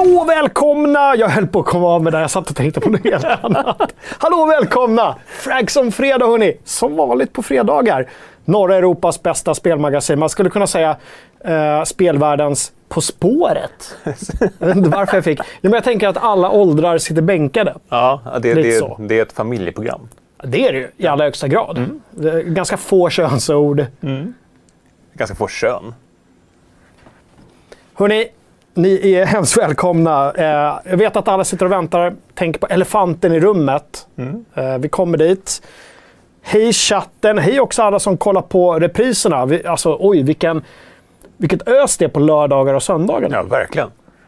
Hallå och välkomna! Jag höll på att komma av med det. Jag satt och tänkte på något helt annat. Hallå och välkomna! Frags om fredag, hörni. Som vanligt på fredagar. Norra Europas bästa spelmagasin. Man skulle kunna säga spelvärldens På spåret. Jag vet inte varför jag fick. Ja, men jag tänker att alla åldrar sitter bänkade. Ja, det är ett familjeprogram. Det är det ju i allra högsta grad. Mm. Det är ganska få könsord. Mm. Ganska få kön. Hörrni, ni är hemskt välkomna. Jag vet att alla sitter och väntar. Tänker på elefanten i rummet. Vi kommer dit. Hej chatten. Hej också alla som kollar på repriserna. Vilket ös det är på lördagar och söndagar. Ja, verkligen.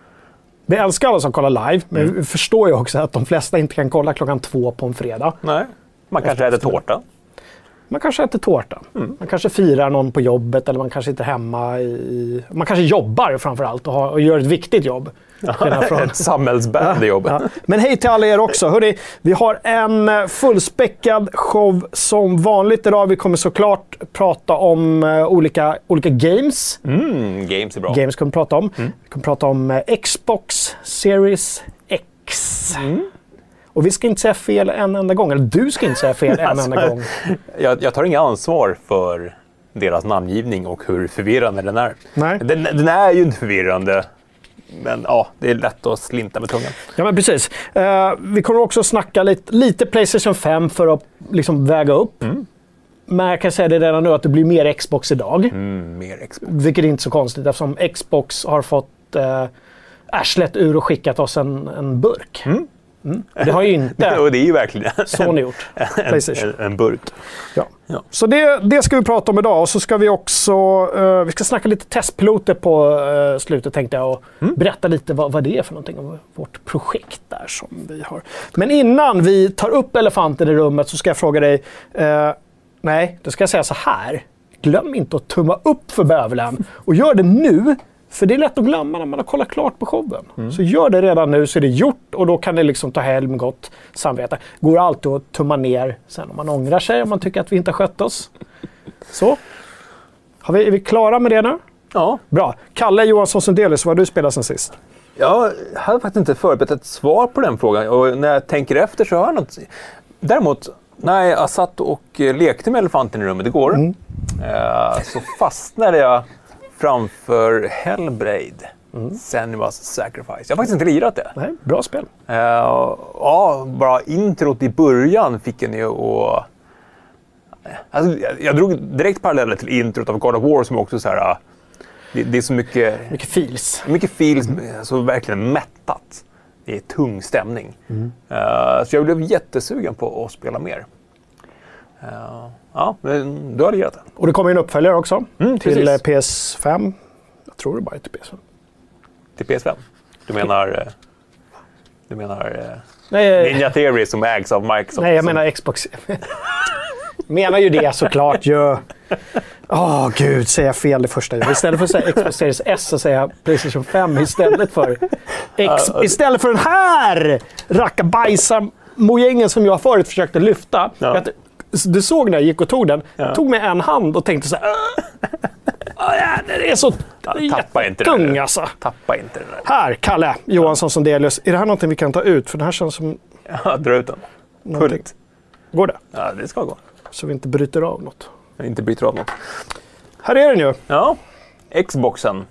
Vi älskar alla som kollar live. Men vi förstår ju också att de flesta inte kan kolla 2:00 på en fredag. Nej, man kanske äter tårta. Man kanske äter tårta. Man kanske firar någon på jobbet eller man kanske sitter hemma man kanske jobbar framförallt och gör ett viktigt jobb. Ett samhällsbärande jobb. Ja. Men hej till alla er också. Hörrni, vi har en fullspäckad show som vanligt idag. Vi kommer såklart prata om olika games. Games är bra. Games kommer vi prata om. Vi kommer prata om Xbox Series X. Och vi ska inte säga fel en enda gång. Eller du ska inte säga fel en enda gång. Jag tar inga ansvar för deras namngivning och hur förvirrande den är. Nej. Den är ju inte förvirrande. Men ja, det är lätt att slinta med tungan. Ja, men precis. Vi kommer också snacka lite PlayStation 5 för att liksom väga upp. Men jag kan säga det redan nu att det blir mer Xbox idag. Mer Xbox. Vilket är inte så konstigt eftersom Xbox har fått arslet ur och skickat oss en burk. Det har ju inte och det är ju verkligen Sony gjort. En burk. Ja. Så det ska vi prata om idag. Och så ska vi också vi ska snacka lite testpiloter på slutet tänkte jag. Och berätta lite vad det är för någonting om vårt projekt där som vi har. Men innan vi tar upp elefanten i rummet så ska jag fråga dig. Nej, då ska jag säga så här. Glöm inte att tumma upp för bövelen. Och gör det nu. För det är lätt att glömma när man har kollat klart på showen. Så gör det redan nu så är det gjort och då kan det liksom ta helg med gott samvete. Går alltid att tumma ner sen om man ångrar sig, om man tycker att vi inte har skött oss. Så. Är vi klara med det nu? Ja. Bra. Kalle Johansson Sundelius, vad har du spelat sen sist? Jag hade faktiskt inte förberett ett svar på den frågan. Och när jag tänker efter så har jag något. Däremot, när jag satt och lekte med elefanten i rummet igår så fastnade jag framför Hellblade. Senua's Sacrifice. Jag har faktiskt inte lirat det. Nej, bra spel. Bara introt i början fick en ju och alltså, jag drog direkt paralleller till introt av God of War som också så här det är så mycket feels. Mycket feels, så verkligen mättat. Det är tung stämning. Så jag blev jättesugen på att spela mer. Ja, men du har lirat det. Och det kommer en uppföljare också till precis. PS5. Jag tror det bara är till PS5. Till PS5? Du menar Ninja Theory som ägs av Microsoft? Nej, jag menar Xbox. Menar ju det såklart. Gud, säger jag fel det första. Istället för att säga Xbox Series S så säger jag PlayStation 5 istället för istället för den här rackabajsar-mojängen som jag förut försökte lyfta. Du såg när jag gick och tog den. Jag tog med en hand och tänkte så här. Det är så tung alltså. Tappa inte det där. Här, Kalle Johansson Sundelius. Är det här någonting vi kan ta ut? För den här känns som... Ja, dra ut den. Fullt. Går det? Ja, det ska gå. Så vi inte bryter av något. Inte bryter av något. Här är den ju. Ja, Xboxen.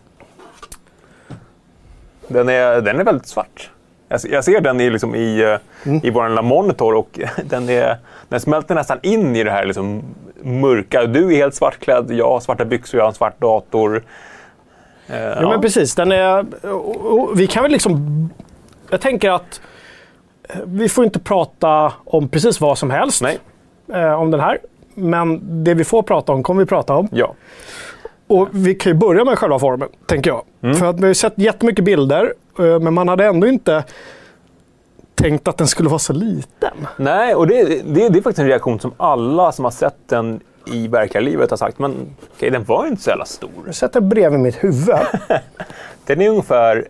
Den är väldigt svart. Jag ser den i vår lilla monitor och den smälter nästan in i det här liksom mörka. Du är helt svartklädd, jag har svarta byxor, jag har en svart dator. Ja, men precis. Den är... Vi kan väl liksom... Jag tänker att vi får inte prata om precis vad som helst. Nej. Om den här. Men det vi får prata om kommer vi prata om. Ja. Och vi kan ju börja med själva formen, tänker jag. För att vi har sett jättemycket bilder, men man hade ändå inte tänkt att den skulle vara så liten. Nej, och det är faktiskt en reaktion som alla som har sett den i verkliga livet har sagt. Men okej, den var ju inte så jävla stor. Jag sätter bredvid mitt huvud. Den är ungefär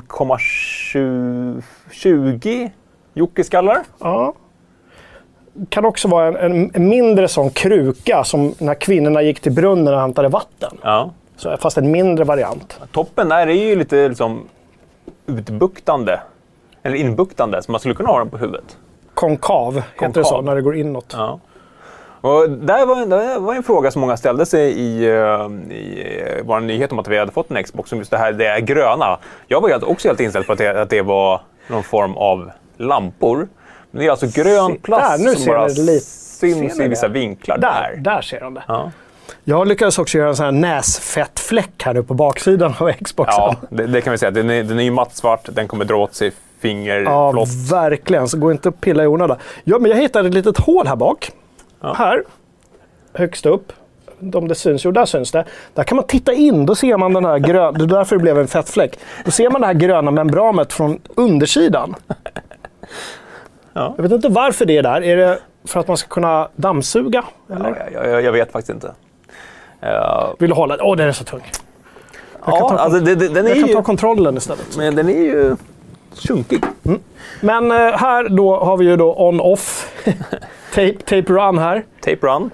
1,20 jockeyskallar. Ja. Kan också vara en mindre sån kruka som när kvinnorna gick till brunnen och hämtade vatten. Ja. Så, fast en mindre variant. Toppen där är ju lite liksom utbuktande, eller inbuktande, så man skulle kunna ha den på huvudet. Konkav heter det så, när det går inåt. Ja. Och det var en fråga som många ställde sig i vår nyhet om att vi hade fått en Xbox, som just det är gröna. Jag var också helt inställd på att det var någon form av lampor. Men det är alltså grön plast där, som bara syns i vissa vinklar. Där ser de det. Ja. Jag lyckades också göra en sån här näsfettfläck här nu på baksidan av Xboxen. Ja, det kan vi säga. Den är ju mattsvart, den kommer dra åt sig fingerflott. Ja, verkligen. Så gå inte att pilla i onödan. Ja, men jag hittade ett litet hål här bak. Ja. Här, högst upp. Om det syns, där syns det. Där kan man titta in, då ser man den här gröna, det är därför det blev en fettfläck. Då ser man det här gröna membranet från undersidan. Ja. Jag vet inte varför det är där. Är det för att man ska kunna dammsuga? Eller? Ja, jag vet faktiskt inte. Vill du hålla? Den är så tung. Jag kan ta kontrollen istället. Men den är ju sunkig. Mm. Men här då har vi ju då on-off. tape run här. Tape run.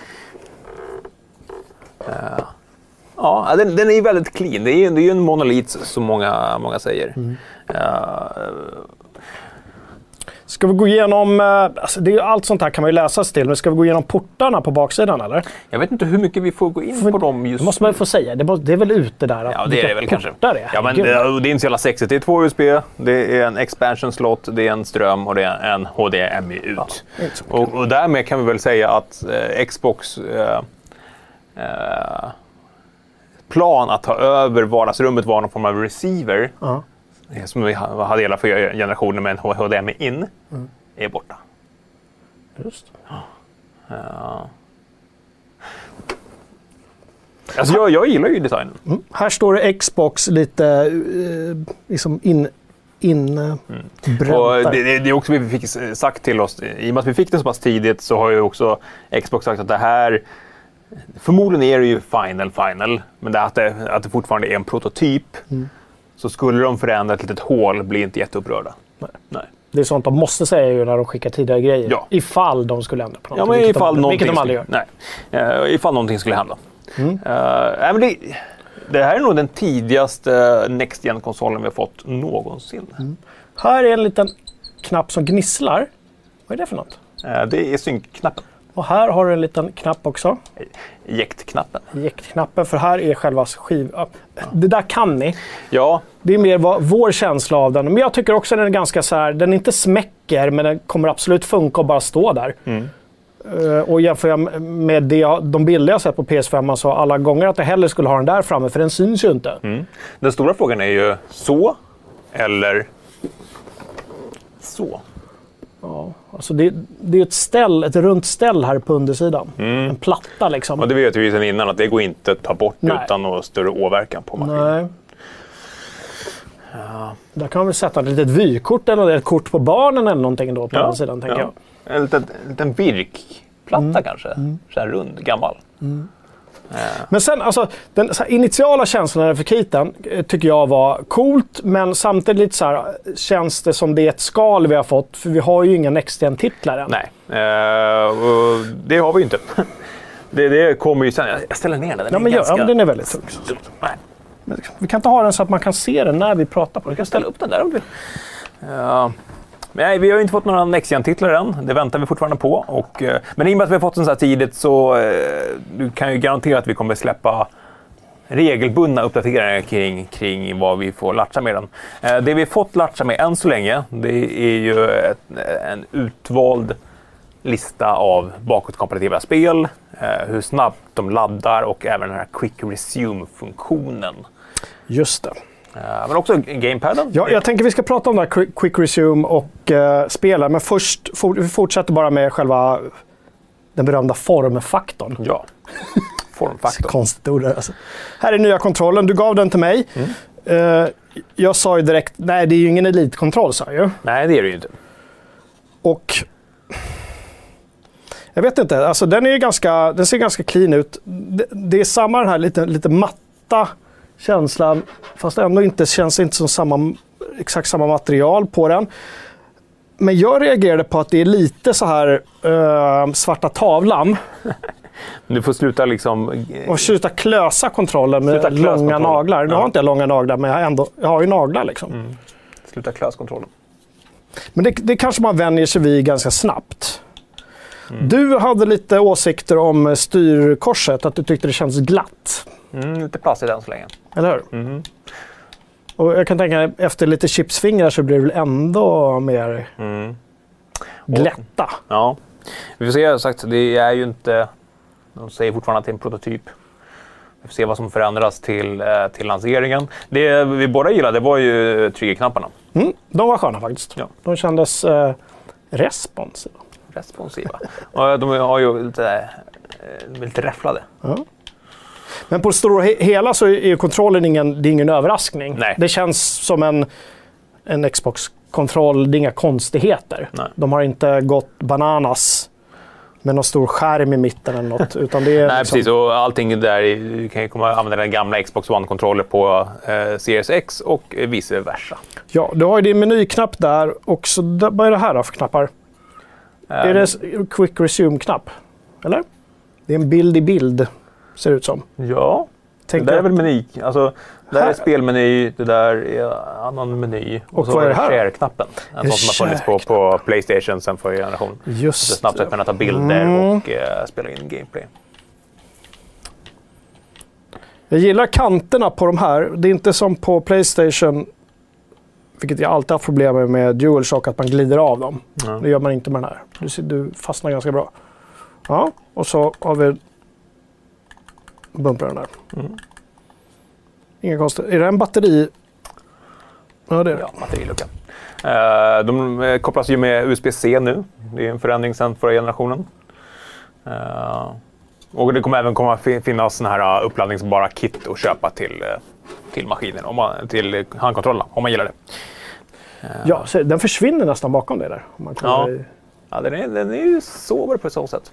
Ja, den är ju väldigt clean. Det är ju en monolit som många säger. Mm. Ska vi gå igenom, alltså det är allt sånt här kan man ju läsa sig till, men ska vi gå igenom portarna på baksidan eller? Jag vet inte hur mycket vi får gå in på dem just. Det måste man få säga, det är väl ute där. Ja, det är det väl kanske. Är. Ja, men det är inte så jävla sexigt. Det är 2 USB, det är en expansion slot, det är en ström och det är en HDMI ut. Ja, och därmed kan vi väl säga att Xbox plan att ta över vardagsrummet var någon form av receiver. Uh-huh. Som vi hade hela 4 generationer med en HDMI in, är borta. Just. Ja. Alltså jag gillar ju designen. Mm. Här står det Xbox lite liksom och det är också vi fick sagt till oss, i och med att vi fick det så pass tidigt så har ju också Xbox sagt att det här förmodligen är det ju final, men att det fortfarande är en prototyp. Så skulle de förändra ett litet hål blir inte jätteupprörda. Nej. Det är sånt de måste säga ju när de skickar tidigare grejer. Ja. Ifall de skulle ändra på någonting. Ja, men ifall vilket de aldrig gör. Nej. Ifall någonting skulle hända. Men det här är nog den tidigaste Next Gen-konsolen vi har fått någonsin. Här är en liten knapp som gnisslar. Vad är det för något? Det är synkknappen. Och här har du en liten knapp också. Ejectknappen, för här är själva Det där kan ni. Ja. Det är mer vår känsla av den. Men jag tycker också att den är ganska så här, den är inte smäcker, men den kommer absolut funka och bara stå där. Och jämför jag med de bilder jag sett på PS5 så alla gånger att jag hellre skulle ha den där framme, för den syns ju inte. Den stora frågan är ju så eller så. Ja, alltså det är ett runt ställ här på undersidan. En platta liksom. Och det vet vi ju sedan innan att det går inte att ta bort utan någon större åverkan på maskinen. Nej. Ja. Där kan man väl sätta ett litet vykort eller ett kort på barnen eller någonting då på den sidan, tänker jag. En liten virkplatta kanske. Så här rund, gammal. Men sen, alltså, den så här, initiala känslan för Kiten tycker jag var coolt, men samtidigt så här, känns det som det är ett skal vi har fått, för vi har ju inga Next Gen-titlar än. Nej, det har vi ju inte. Det kommer ju sen. Jag ställer ner den. Ja, men den är väldigt tung. Nej. Vi kan inte ha den så att man kan se den när vi pratar på den. Vi kan ställa upp den där om vi... Nej, vi har ju inte fått några Next Gen-titlar än. Det väntar vi fortfarande på. Men i och med att vi har fått den så här tidigt så du kan ju garantera att vi kommer släppa regelbundna uppdateringar kring vad vi får latcha med den. Det vi fått latcha med än så länge, det är ju en utvald lista av bakåtkompatitiva spel, hur snabbt de laddar och även den här Quick Resume-funktionen. Just det. Men också gamepaden. Ja, jag tänker vi ska prata om det här Quick Resume och spela, men först vi fortsätter bara med själva den berömda formfaktorn. Ja, formfaktorn. Konstigt ord där, alltså. Här är nya kontrollen, du gav den till mig. Jag sa ju direkt, nej det är ju ingen elitkontroll, sa jag ju. Nej, det är det ju inte. Och jag vet inte, alltså den ser ganska clean ut. Det är samma den här lite matta känslan, fast ändå känns inte som exakt samma material på den. Men jag reagerade på att det är lite så här svarta tavlan. Du får sluta liksom... Och sluta klösa kontrollen med långa naglar. Nu har inte jag långa naglar, men jag har ju naglar liksom. Sluta klösa kontrollen. Men det kanske man vänjer sig vid ganska snabbt. Du hade lite åsikter om styrkorset, att du tyckte det känns glatt. Lite plastigt än så länge. Eller hur? Och jag kan tänka, efter lite chipsfingrar så blir det väl ändå mer glätta. Ja, vi får se. Sagt, det är ju inte... De säger fortfarande att det är en prototyp. Vi får se vad som förändras till lanseringen. Det vi båda gillade var ju triggerknapparna. De var sköna faktiskt. Ja. De kändes responsiva. Och de har ju lite räfflade. Ja. Men på det stora hela så är kontrollen ingen överraskning. Nej. Det känns som en Xbox-kontroll, det är inga konstigheter. Nej. De har inte gått bananas med någon stor skärm i mitten eller något. Utan det är Nej, liksom... precis. Och allting där, du kan ju komma att använda den gamla Xbox One-kontroller på Series X och vice versa. Ja, du har ju din menyknapp där. Och så, vad är det här då för knappar? Är det Quick Resume-knapp? Eller? Det är en bild i bild, ser det ut som. Ja, det där är väl meny. Alltså, det där är spelmeny, det där är annan meny. Och så vad är det här? Share-knappen. En sån som har funnits på PlayStation sen förra generation. Just det. Snabbt att kunna ta bilder och spela in gameplay. Jag gillar kanterna på de här. Det är inte som på PlayStation, vilket jag alltid har problem med DualShock, att man glider av dem. Det gör man inte med den här. Du fastnar ganska bra. Ja, och så har vi bumparen där. Inga konstigt. Är det en batteri? Ja, det är det. Ja, batterilucka. De kopplas ju med USB-C nu. Det är en förändring sedan förra generationen. Och det kommer även finnas såna här uppladdningsbara kit att köpa till maskinen, till handkontrollen, om man gillar det. Ja, så den försvinner nästan bakom det där. Om man ja, den är ju sober på så sätt.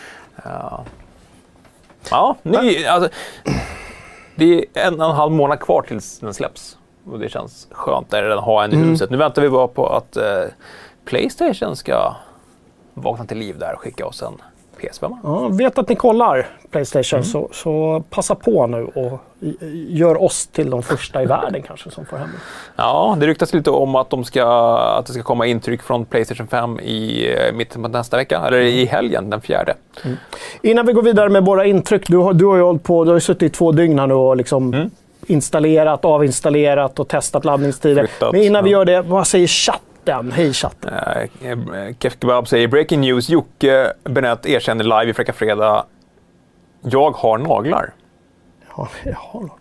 Ja, alltså, det är 1,5 månad kvar tills den släpps. Och det känns skönt att redan ha en i huset. Nu väntar vi bara på att PlayStation ska vakna till liv där och skicka oss en PS5. Ja, vet att ni kollar PlayStation, så passa på nu och gör oss till de första i världen kanske som får hem. Ja, det ryktas lite om att att det ska komma intryck från PlayStation 5 i mitten på nästa vecka, eller i helgen, den 4. Innan vi går vidare med våra intryck, du har ju hållit på, du har ju suttit i 2 dygn här nu och liksom installerat, avinstallerat och testat laddningstider. Men innan vi gör det, vad säger chatten? Hej chatten. Kef Kebab säger breaking news, Jocke Benett erkänner live i Fräcka Fredag. Jag har naglar. Ja, jag har naglar.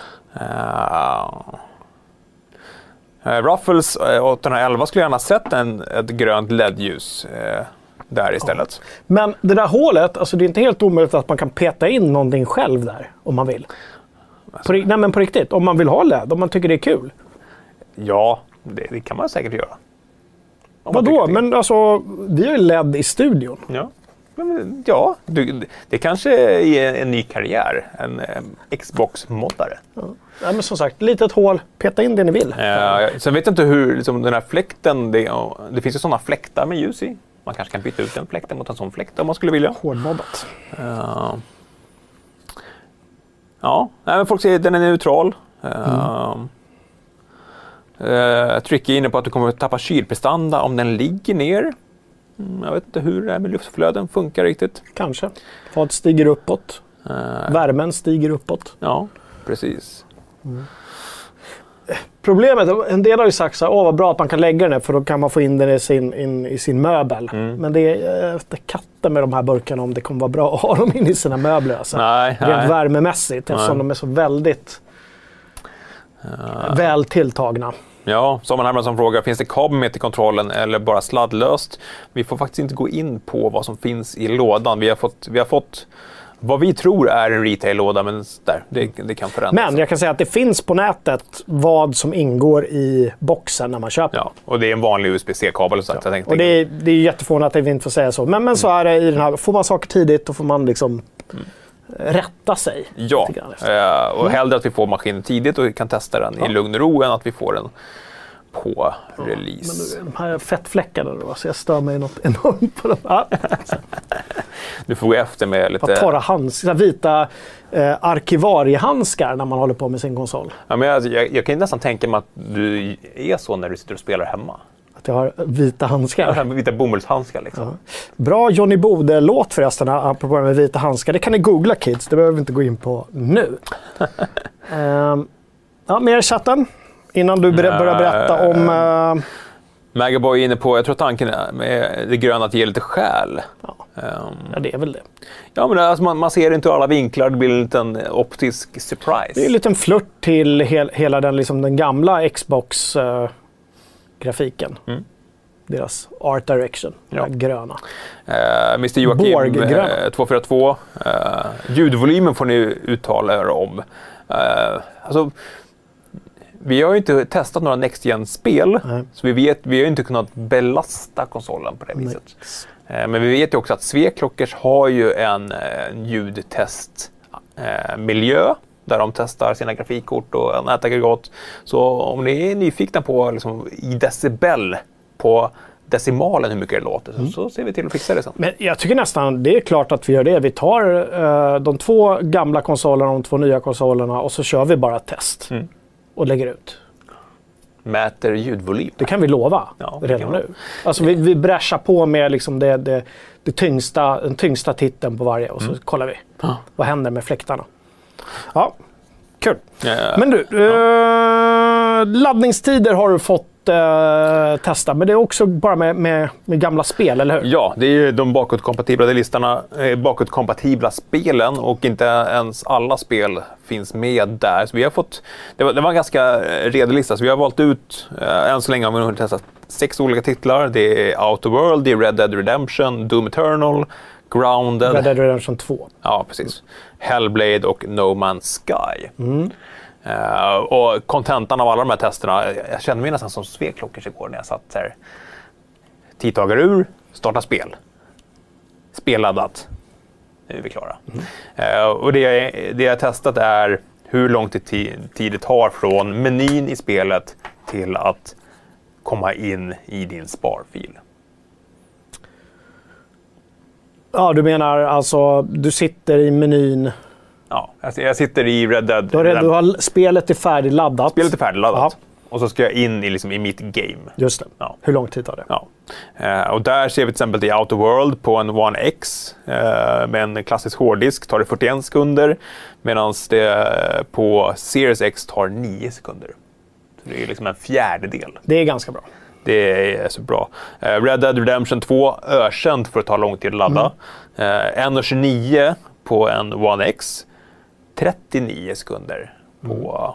Ruffles 811 skulle gärna sett ett grönt LED-ljus där istället. Men det där hålet, alltså det är inte helt omöjligt att man kan peta in någonting själv där om man vill. Nej, men på riktigt, om man vill ha LED, om man tycker det är kul. Ja, det kan man säkert göra. Vadå? Men alltså, vi har ju LED i studion. Ja, ja det kanske är en ny karriär. En Xbox-moddare. Ja. Ja, men som sagt, litet hål, peta in det ni vill. Sen vet jag inte hur liksom, den här fläkten, det finns ju sådana fläktar med ljus i. Man kanske kan byta ut den fläkten mot en sån fläkt om man skulle vilja. Hårdmoddat. Ja, men folk säger att den är neutral. Tricky är inne på att du kommer att tappa kylprestanda om den ligger ner. Jag vet inte hur det här med luftflöden funkar riktigt. Kanske. Fad stiger uppåt. Värmen stiger uppåt. Ja, precis. Problemet, en del har ju sagt så här, vad bra att man kan lägga den här för då kan man få in den i sin möbel. Men det är efter katten med de här burkarna om det kommer vara bra att ha dem in i sina möbler. Alltså. Rent värmemässigt eftersom de är så väldigt väl tilltagna. Ja, Samuel Hermansson frågar, finns det kabel med till kontrollen eller bara sladdlöst? Vi får faktiskt inte gå in på vad som finns i lådan. Vi har fått vad vi tror är en retail-låda, men det kan förändras. Men jag kan säga att det finns på nätet vad som ingår i boxen när man köper. Ja, och det är en vanlig USB-C-kabel. Så ja. Och det är jätteförvånat att vi inte får säga så. Men så är det i den här, får man saker tidigt då får man liksom rätta sig. Ja, och hellre att vi får maskinen tidigt och kan testa den i lugn och ro än att vi får den på release. Men de här fettfläckarna då, så jag stör mig något enormt på dem. Du får gå efter med lite... Torra handskar, vita arkivariehandskar när man håller på med sin konsol. Ja, men jag kan nästan tänka mig att du är så när du sitter och spelar hemma. Att jag har vita handskar. Ja, vita bomullshandskar liksom. Ja. Bra Johnny Bode-låt förresten, apropå med vita handskar. Det kan ni googla, kids. Det behöver vi inte gå in på nu. Mer i chatten? Innan du börjar berätta om... Magaboy är inne på, jag tror tanken med det gröna att ge lite själ. Ja, det är väl det. Ja, men alltså man ser det inte ur alla vinklar, det blir en liten optisk surprise. Det är en liten flört till hela den gamla Xbox-grafiken. Deras art direction, gröna. Mr. Joakim 242, ljudvolymen får ni uttala er om. Alltså, vi har ju inte testat några Next Gen-spel, så vi har ju inte kunnat belasta konsolen på det viset. Men vi vet ju också att Sveklockers har ju en ljudtestmiljö där de testar sina grafikkort och nätaggregat. Så om ni är nyfikna på liksom, i decibel på decimalen hur mycket det låter, så ser vi till att fixa det sen. Men jag tycker nästan det är klart att vi gör det. Vi tar de 2 gamla konsolerna och de 2 nya konsolerna och så kör vi bara ett test och lägger ut. Mäter ljudvolym. Det kan vi lova redan nu. Alltså vi bräschar på med liksom den tyngsta titeln på varje och så kollar vi vad händer med fläktarna. Ja, kul. Men du, laddningstider har du fått testa, men det är också bara med gamla spel, eller hur? Ja, det är ju de bakåtkompatibla spelen och inte ens alla spel finns med där. Så vi har fått, det var en ganska redig lista, så vi har valt ut, än så länge har vi hunnit testa 6 olika titlar. Det är Outer World, det är Red Dead Redemption, Doom Eternal, Grounded. Red Dead Redemption 2. Ja, precis. Hellblade och No Man's Sky. Och kontentan av alla de här testerna, jag kände mig nästan som Sveklockers igår när jag satt här. 10 dagar ur, starta spel. Spelladdat. Nu är vi klara. Och det jag har testat är hur lång tid det tar från menyn i spelet till att komma in i din sparfil. Ja, du menar alltså, du sitter i menyn. Ja, jag sitter i Red Dead. Du har spelet är färdigladdat. Spelet är färdigladdat. Och så ska jag in i mitt game. Just det. Ja. Hur lång tid tar det? Ja. Och där ser vi till exempel i Outer World på en One X med en klassisk hårddisk tar det 41 sekunder. Medan det på Series X tar 9 sekunder. Så det är liksom en fjärdedel. Det är ganska bra. Det är så bra. Red Dead Redemption 2, ökänt för att ta lång tid att ladda. 1:29 på en One X. 39 sekunder på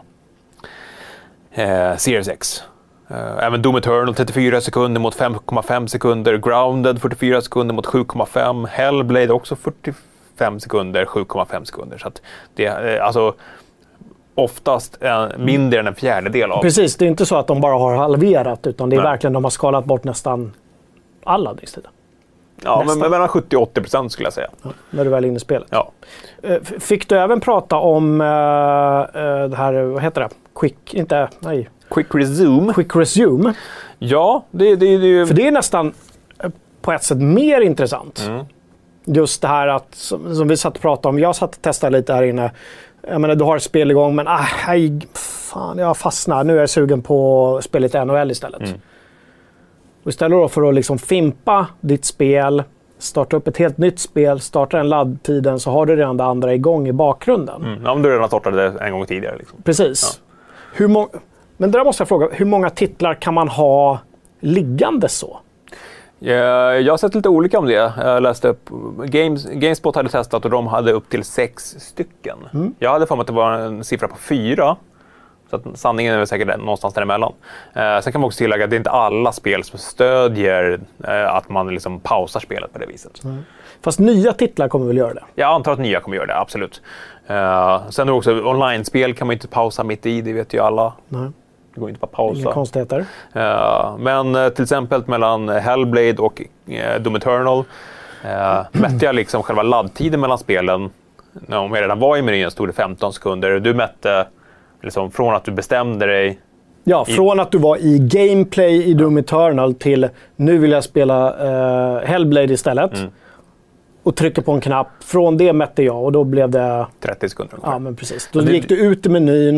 Series X. Även Doom Eternal 34 sekunder mot 5,5 sekunder. Grounded 44 sekunder mot 7,5. Hellblade också 45 sekunder, 7,5 sekunder. Så att det är alltså oftast mindre än en fjärdedel av. Precis, det är inte så att de bara har halverat, utan det är verkligen de har skalat bort nästan alla laddningstider. Ja, men mellan 70-80% skulle jag säga. Ja, när du väl är inne i spelet. Ja. Fick du även prata om det här, vad heter det? Quick Resume. Quick Resume. Ja, det är för det är nästan på ett sätt mer intressant. Just det här att, som vi satt och pratade om, jag satt och testade lite här inne. Jag menar, du har ett spel igång, men fan, jag fastnar. Nu är jag sugen på att spela lite NHL istället. Och istället då för att liksom fimpa ditt spel, starta upp ett helt nytt spel, starta den laddtiden, så har du redan det andra igång i bakgrunden. Ja, men du redan startade det en gång tidigare. Liksom. Precis. Ja. Men där måste jag fråga, hur många titlar kan man ha liggande så? Jag har sett lite olika om det. Jag läste upp, GameSpot hade testat och de hade upp till 6 stycken. Jag hade för mig att det var en siffra på 4. Så att sanningen är väl säkert någonstans däremellan. Sen kan man också tillägga att det är inte alla spel som stödjer att man liksom pausar spelet på det viset. Fast nya titlar kommer väl göra det? Jag antar att nya kommer göra det, absolut. Sen är det också online-spel kan man inte pausa mitt i, det vet ju alla. Nej. Det går inte bara pausa. Inga konstigheter. Men till exempel mellan Hellblade och Doom Eternal mätte jag liksom själva laddtiden mellan spelen. Om jag redan var i menyn stod det 15 sekunder. Du mätte liksom från att du bestämde dig. Ja, från att du var i gameplay i Doom Eternal till nu vill jag spela Hellblade istället. och trycker på en knapp. Från det mätte jag och då blev det... 30 sekunder ungefär. Ja, men precis. Då gick du ut i menyn,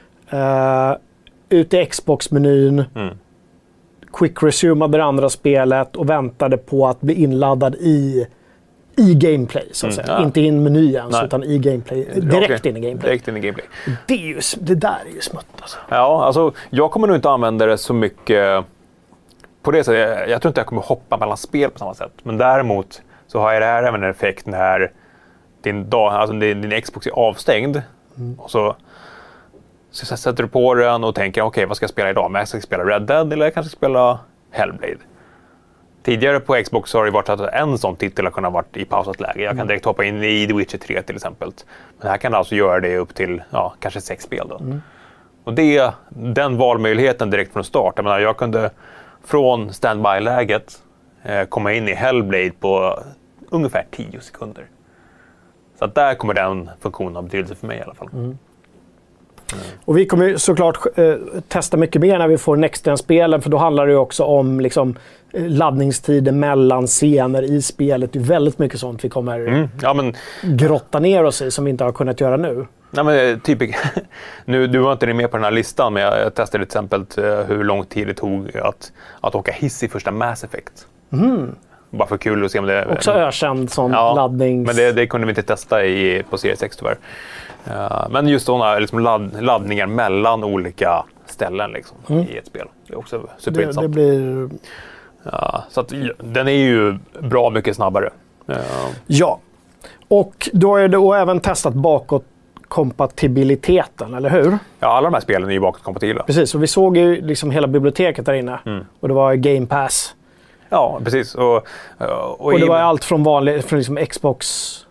ut i Xbox-menyn, quick resumade det andra spelet och väntade på att bli inladdad i gameplay, så att säga. Ja. Inte i en meny ens, utan i gameplay. Direkt in i gameplay. Direkt in i gameplay. Det där är ju smutt alltså. Ja, alltså jag kommer nog inte använda det så mycket på det sättet. Jag tror inte jag kommer hoppa mellan spel på samma sätt. Men däremot så har jag det här även en effekt när din Xbox är avstängd. Och så sätter du på den och tänker okej, vad ska jag spela idag? Men jag ska spela Red Dead eller jag kanske ska spela Hellblade. Tidigare på Xbox har det varit att en sån titel har kunnat varit i pausat läge. Jag kan direkt hoppa in i The Witcher 3 till exempel. Men här kan du alltså göra det upp till kanske 6 spel då. Och den valmöjligheten direkt från start. Jag menar, jag kunde från standby-läget komma in i Hellblade på ungefär 10 sekunder. Så att där kommer den funktionen ha betydelse för mig i alla fall. Och vi kommer såklart testa mycket mer när vi får Next-Gen-spelen, för då handlar det ju också om liksom, laddningstider mellan scener i spelet. Det är väldigt mycket sånt vi kommer grotta ner oss i som vi inte har kunnat göra nu. Nej, men du var inte med på den här listan, men jag testade till exempel hur lång tid det tog att åka hiss i första Mass Effect. Bara för kul att se om det... Också ökänd sån laddnings... Men det kunde vi inte testa på Series X tyvärr. Men just sådana liksom laddningar mellan olika ställen liksom, i ett spel. Det är också superintressant. Det blir... Så att, den är ju bra mycket snabbare. Ja, och då har du även testat bakåtkompatibiliteten, eller hur? Ja, alla de här spelen är ju bakåtkompatibla. Precis, och vi såg ju liksom hela biblioteket där inne. Och det var Game Pass. Ja, precis. Och det var allt från liksom Xbox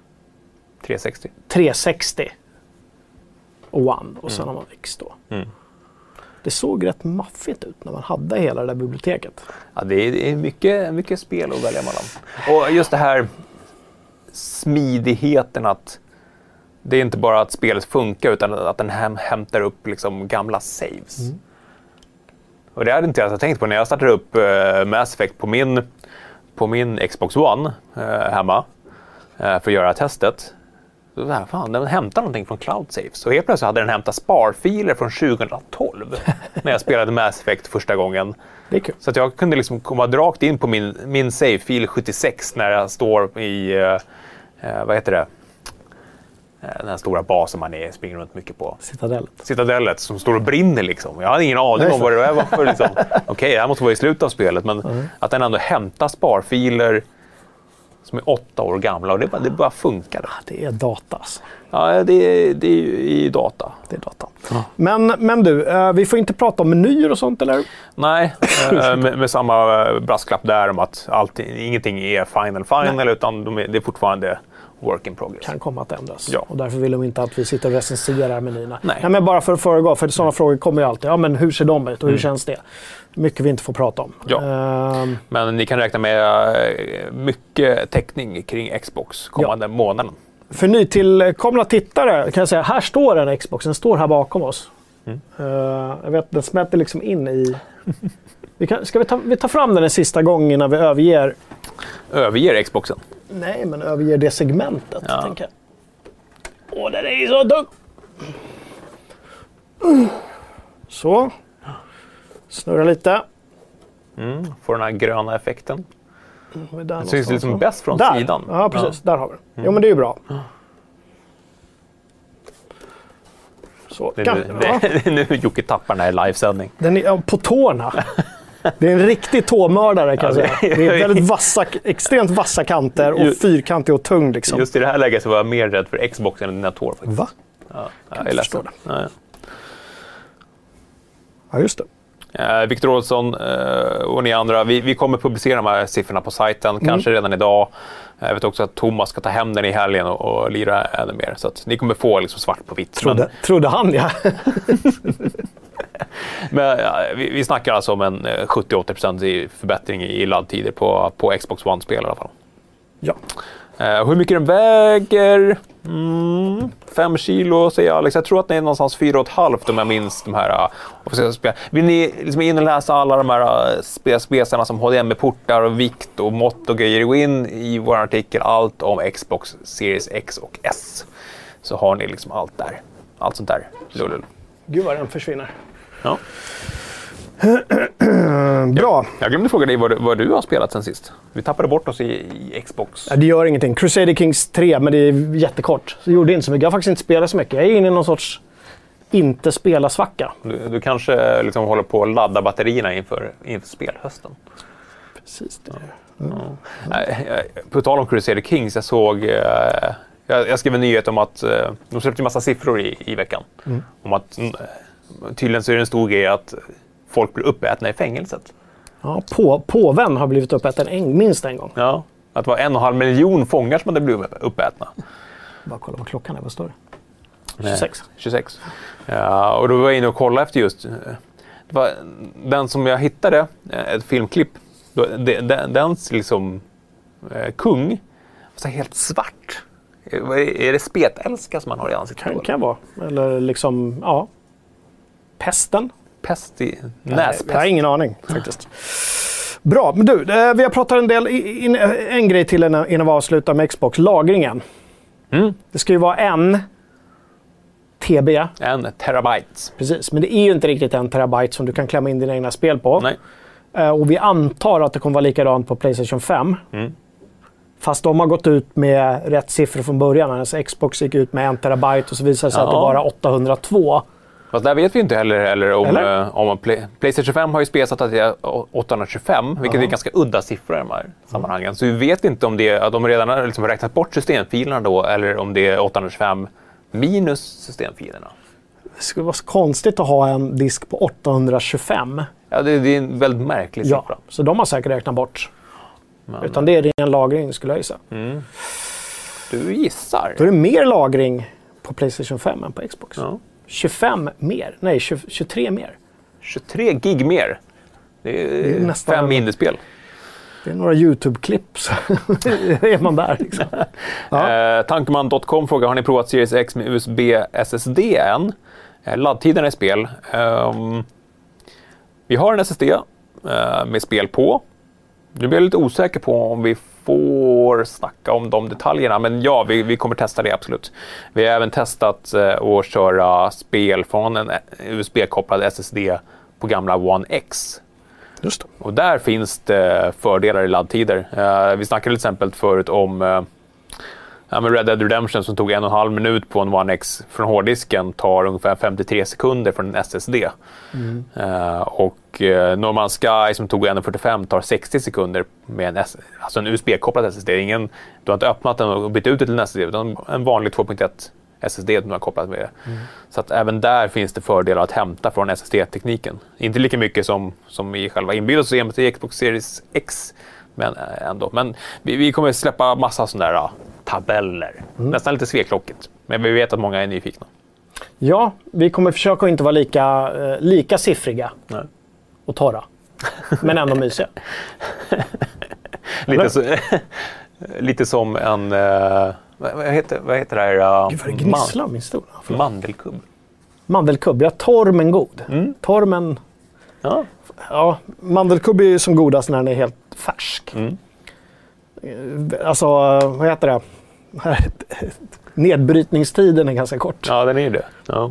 360 och One och sen har man X då. Det såg rätt maffigt ut när man hade hela det där biblioteket. Ja, det är mycket spel att välja mellan. Och just det här smidigheten att det är inte bara att spelet funkar utan att den hämtar upp liksom gamla saves. Och det hade inte jag tänkt på när jag startade upp Mass Effect på min Xbox One hemma för att göra testet. Så den hämtar någonting från Cloud Saves. Och helt plötsligt hade den hämtat sparfiler från 2012 när jag spelade Mass Effect första gången. Det är kul. Så att jag kunde liksom komma rakt in på min save-fil 76 när jag står i, vad heter det? Den här stora basen man springer runt mycket på. Citadellet som står och brinner liksom. Jag hade ingen aning om vad det var för liksom. Okej, det här måste vara i slutet av spelet. Men att den ändå hämtar sparfiler som är 8 år gamla och det bara funkar. Det är data alltså. Ja, det är ju data. Det är data. Men du, vi får inte prata om menyer och sånt, eller? Nej, med samma brasklapp där om att ingenting är final utan det är fortfarande work in progress. Kan komma att ändras. Ja. Och därför vill de inte att vi sitter och recenserar menyerna. Nej, men bara för att föregå, för sådana frågor kommer ju alltid. Ja, men hur ser de ut och hur känns det? Mycket vi inte får prata om. Ja. Men ni kan räkna med mycket täckning kring Xbox kommande månaden. För nytillkomna tittare kan jag säga, här står en Xbox, den står här bakom oss. Jag vet, den smälter liksom in i... Ska vi ta fram den en sista gång innan vi överger... Överger Xboxen? Nej, men överger det segmentet, tänker jag. Den är ju så tung! Så. Snurra lite. Får den här gröna effekten. Det syns liksom bäst från där. Sidan. Ja, precis. Där har vi den. Jo, men det är ju bra. Så. Det är nu Jocke tappar den här livesändning. Den är på tårna. Det är en riktig tåmördare kan jag säga. Det är väldigt extremt vassa kanter och fyrkantig och tung liksom. Just i det här läget så var jag mer rädd för Xbox än dina tår faktiskt. Va? Ja, jag är ledsen. Ja, just det. Victor Olsson och ni andra, vi kommer publicera de här siffrorna på sajten, kanske redan idag. Jag vet också att Thomas ska ta hem den i helgen och lira ännu mer. Så att ni kommer få liksom svart på vitt. Trodde han, ja. Men vi snackar alltså om en 70-80% förbättring i laddtider på Xbox One-spel i alla fall. Ja. Hur mycket den väger? 5 kilo säger Alex. Jag tror att den är någonstans 4,5 om jag minns de här officiella spelen. Vill ni liksom in och läsa alla de här spesarna som HDMI-portar och vikt och mått och grejer, gå in i vår artikel allt om Xbox Series X och S. Så har ni liksom allt där. Allt sånt där. Lullul. Gud vad den försvinner. Ja. Bra. Jag glömde fråga dig vad du har spelat sen sist. Vi tappade bort oss i Xbox. Ja, det gör ingenting. Crusader Kings 3, men det är jättekort. Så det gjorde inte så mycket. Jag har faktiskt inte spelat så mycket. Jag är inne i någon sorts inte spela-svacka. Du kanske liksom håller på att ladda batterierna inför spelhösten. Precis det. På tal om Crusader Kings, jag såg... Jag skrev en nyhet om att de släppte en massa siffror i veckan. Om att tydligen så är det en stor grej att folk blir uppätna i fängelset. Ja, påven har blivit uppäten minst en gång. Ja, att det var 1,5 miljon fångar som hade blivit uppätna. Bara kolla på klockan här, vad står det? 26. Ja, och då var jag inne och kollade efter just... Det var den som jag hittade, ett filmklipp, dens liksom kung var så helt svart. Är det spetälska som man har i ansiktet? Kan vara. Eller liksom, ja. Pesten. Pest i näspest. Jag har ingen aning faktiskt. Bra, men du, vi har pratat en del, en grej till innan vi avslutar med Xbox, lagringen. Det ska ju vara 1 TB. 1 terabyte. Precis, men det är ju inte riktigt 1 terabyte som du kan klämma in dina egna spel på. Nej. Och vi antar att det kommer vara likadant på PlayStation 5. Fast de har gått ut med rätt siffror från början. Alltså Xbox gick ut med 1 terabyte och så visade det sig att det bara 802. Fast där vet vi inte heller om PlayStation 5 har ju spesat att det är 825, vilket är ganska udda siffror i de här sammanhangen. Så vi vet inte om att de redan har liksom räknat bort systemfilerna då, eller om det är 825 minus systemfilerna. Det skulle vara så konstigt att ha en disk på 825. Ja, det är en väldigt märklig siffra. Ja, så de har säkert räknat bort. Utan det är ren lagring, skulle jag gissa. Du gissar. Då är det mer lagring på PlayStation 5 än på Xbox. Ja. 25 mer. Nej, 23 mer. 23 gig mer. Det är nästan 5 indiespel. Det är några YouTube-klipp så är man där. Liksom. Tankeman.com frågar, har ni provat Series X med USB SSD än? Laddtiden i spel. Vi har en SSD med spel på. Nu blir jag lite osäker på om vi får snacka om de detaljerna, men ja, vi kommer testa det absolut. Vi har även testat att köra spel från en USB-kopplad SSD på gamla One X. Just det. Och där finns det fördelar i laddtider. Vi snackade till exempel förut om Red Dead Redemption som tog 1,5 minut på en One X från hårddisken tar ungefär 53 sekunder från en SSD. Och Norman Sky som tog 1,45 tar 60 sekunder med en USB-kopplad SSD. Du har inte öppnat den och bytt ut det till en SSD, utan en vanlig 2.1 SSD som du har kopplat med. Så att även där finns det fördelar att hämta från SSD-tekniken. Inte lika mycket som i själva inbildningssystemet i Xbox Series X, men ändå. Men vi kommer släppa massa sådana där tabeller. Nästan lite sveklockigt. Men vi vet att många är nyfikna. Ja, vi kommer försöka att inte vara lika siffriga och torra. Men ändå mysiga. lite som en... vad heter det här? Gud, vad det gnisslar min stol. Mandelkubb. Mandelkubb, ja, torr men god. Torr men... Ja, mandelkubb är ju som godast när den är helt färsk. Alltså, vad heter det? Nedbrytningstiden är ganska kort. Ja, den är det. Ja.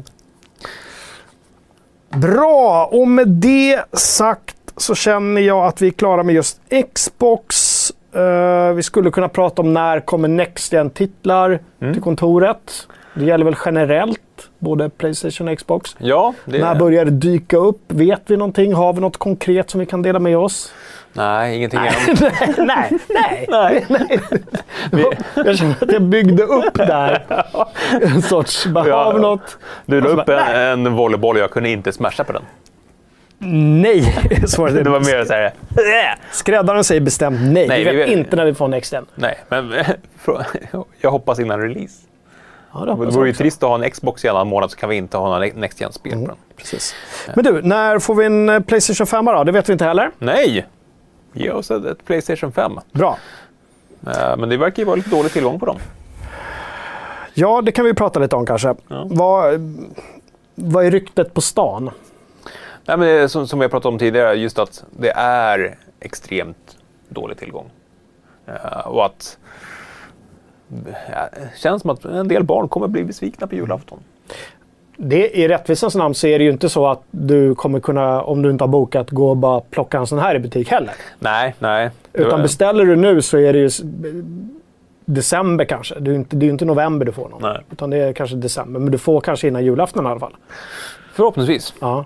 Bra, och med det sagt så känner jag att vi är klara med just Xbox. Vi skulle kunna prata om när kommer Next Gen-titlar till kontoret. Det gäller väl generellt, både PlayStation och Xbox. Ja, när börjar det dyka upp? Vet vi någonting? Har vi något konkret som vi kan dela med oss? Nej, ingenting än. Nej. Jag känner att jag byggde upp där en sorts... Har vi något? Du la upp en volleyboll och jag kunde inte smasha på den. Nej, det var mer så här. Skräddaren säger bestämt nej. Vi vet inte när vi får Next Gen. Nej, men jag hoppas innan release. Ja, det vore ju trist att ha en Xbox i en annan månad, så kan vi inte ha några Next Gen-spel på den. Precis. Men du, när får vi en PlayStation 5 då? Det vet vi inte heller. Nej! Ge oss ett PlayStation 5. Bra. Men det verkar ju vara lite dålig tillgång på dem. Ja, det kan vi prata lite om kanske. Ja. Vad är ryktet på stan? Nej, men det är som vi har pratat om tidigare, just att det är extremt dålig tillgång. Och att känns som att en del barn kommer bli besvikna på julafton. Det i rättvisans namn så är det ju inte så att du kommer kunna, om du inte har bokat, gå och bara plocka en sån här i butik heller. Nej. Utan beställer du nu så är det ju december kanske. Det är ju inte november du får någon. Nej. Utan det är kanske december. Men du får kanske innan julafton i alla fall. Förhoppningsvis. Ja.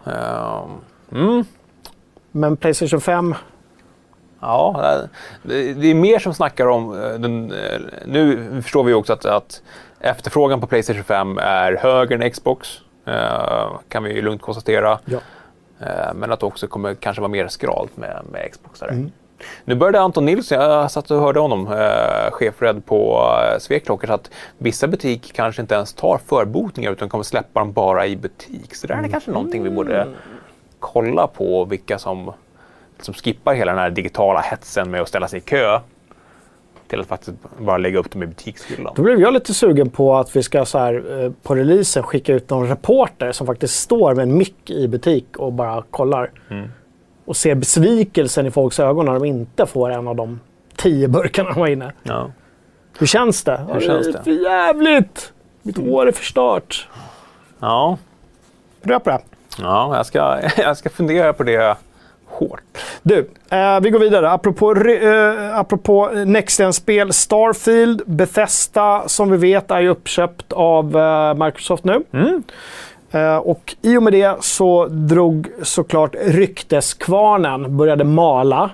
Men PlayStation 5... Ja, det är mer som snackar om... Nu förstår vi också att efterfrågan på PlayStation 5 är högre än Xbox. Kan vi ju lugnt konstatera. Ja. Men att det också kommer kanske vara mer skralt med Xboxare. Nu började Anton Nilsson, jag satt och hörde honom, chefred på Sveklockor, att vissa butiker kanske inte ens tar förbokningar utan kommer släppa dem bara i butik. Så det är kanske någonting vi borde kolla på, vilka som skippar hela den här digitala hetsen med att ställa sig i kö till att faktiskt bara lägga upp dem i butikshyllan. Då blev jag lite sugen på att vi ska så här, på releasen skicka ut någon reporter som faktiskt står med en mick i butik och bara kollar. Och ser besvikelsen i folks ögon när de inte får en av de 10 burkarna de var inne. Ja. Hur känns det? Hur känns det? För jävligt! Mitt år är förstört. Ja. Rör på det. Ja, jag ska fundera på det hårt. Du, vi går vidare. Apropå Next Gen-spel, Starfield, Bethesda som vi vet är ju uppköpt av Microsoft nu. Och i och med det så drog såklart rykteskvarnen började mala.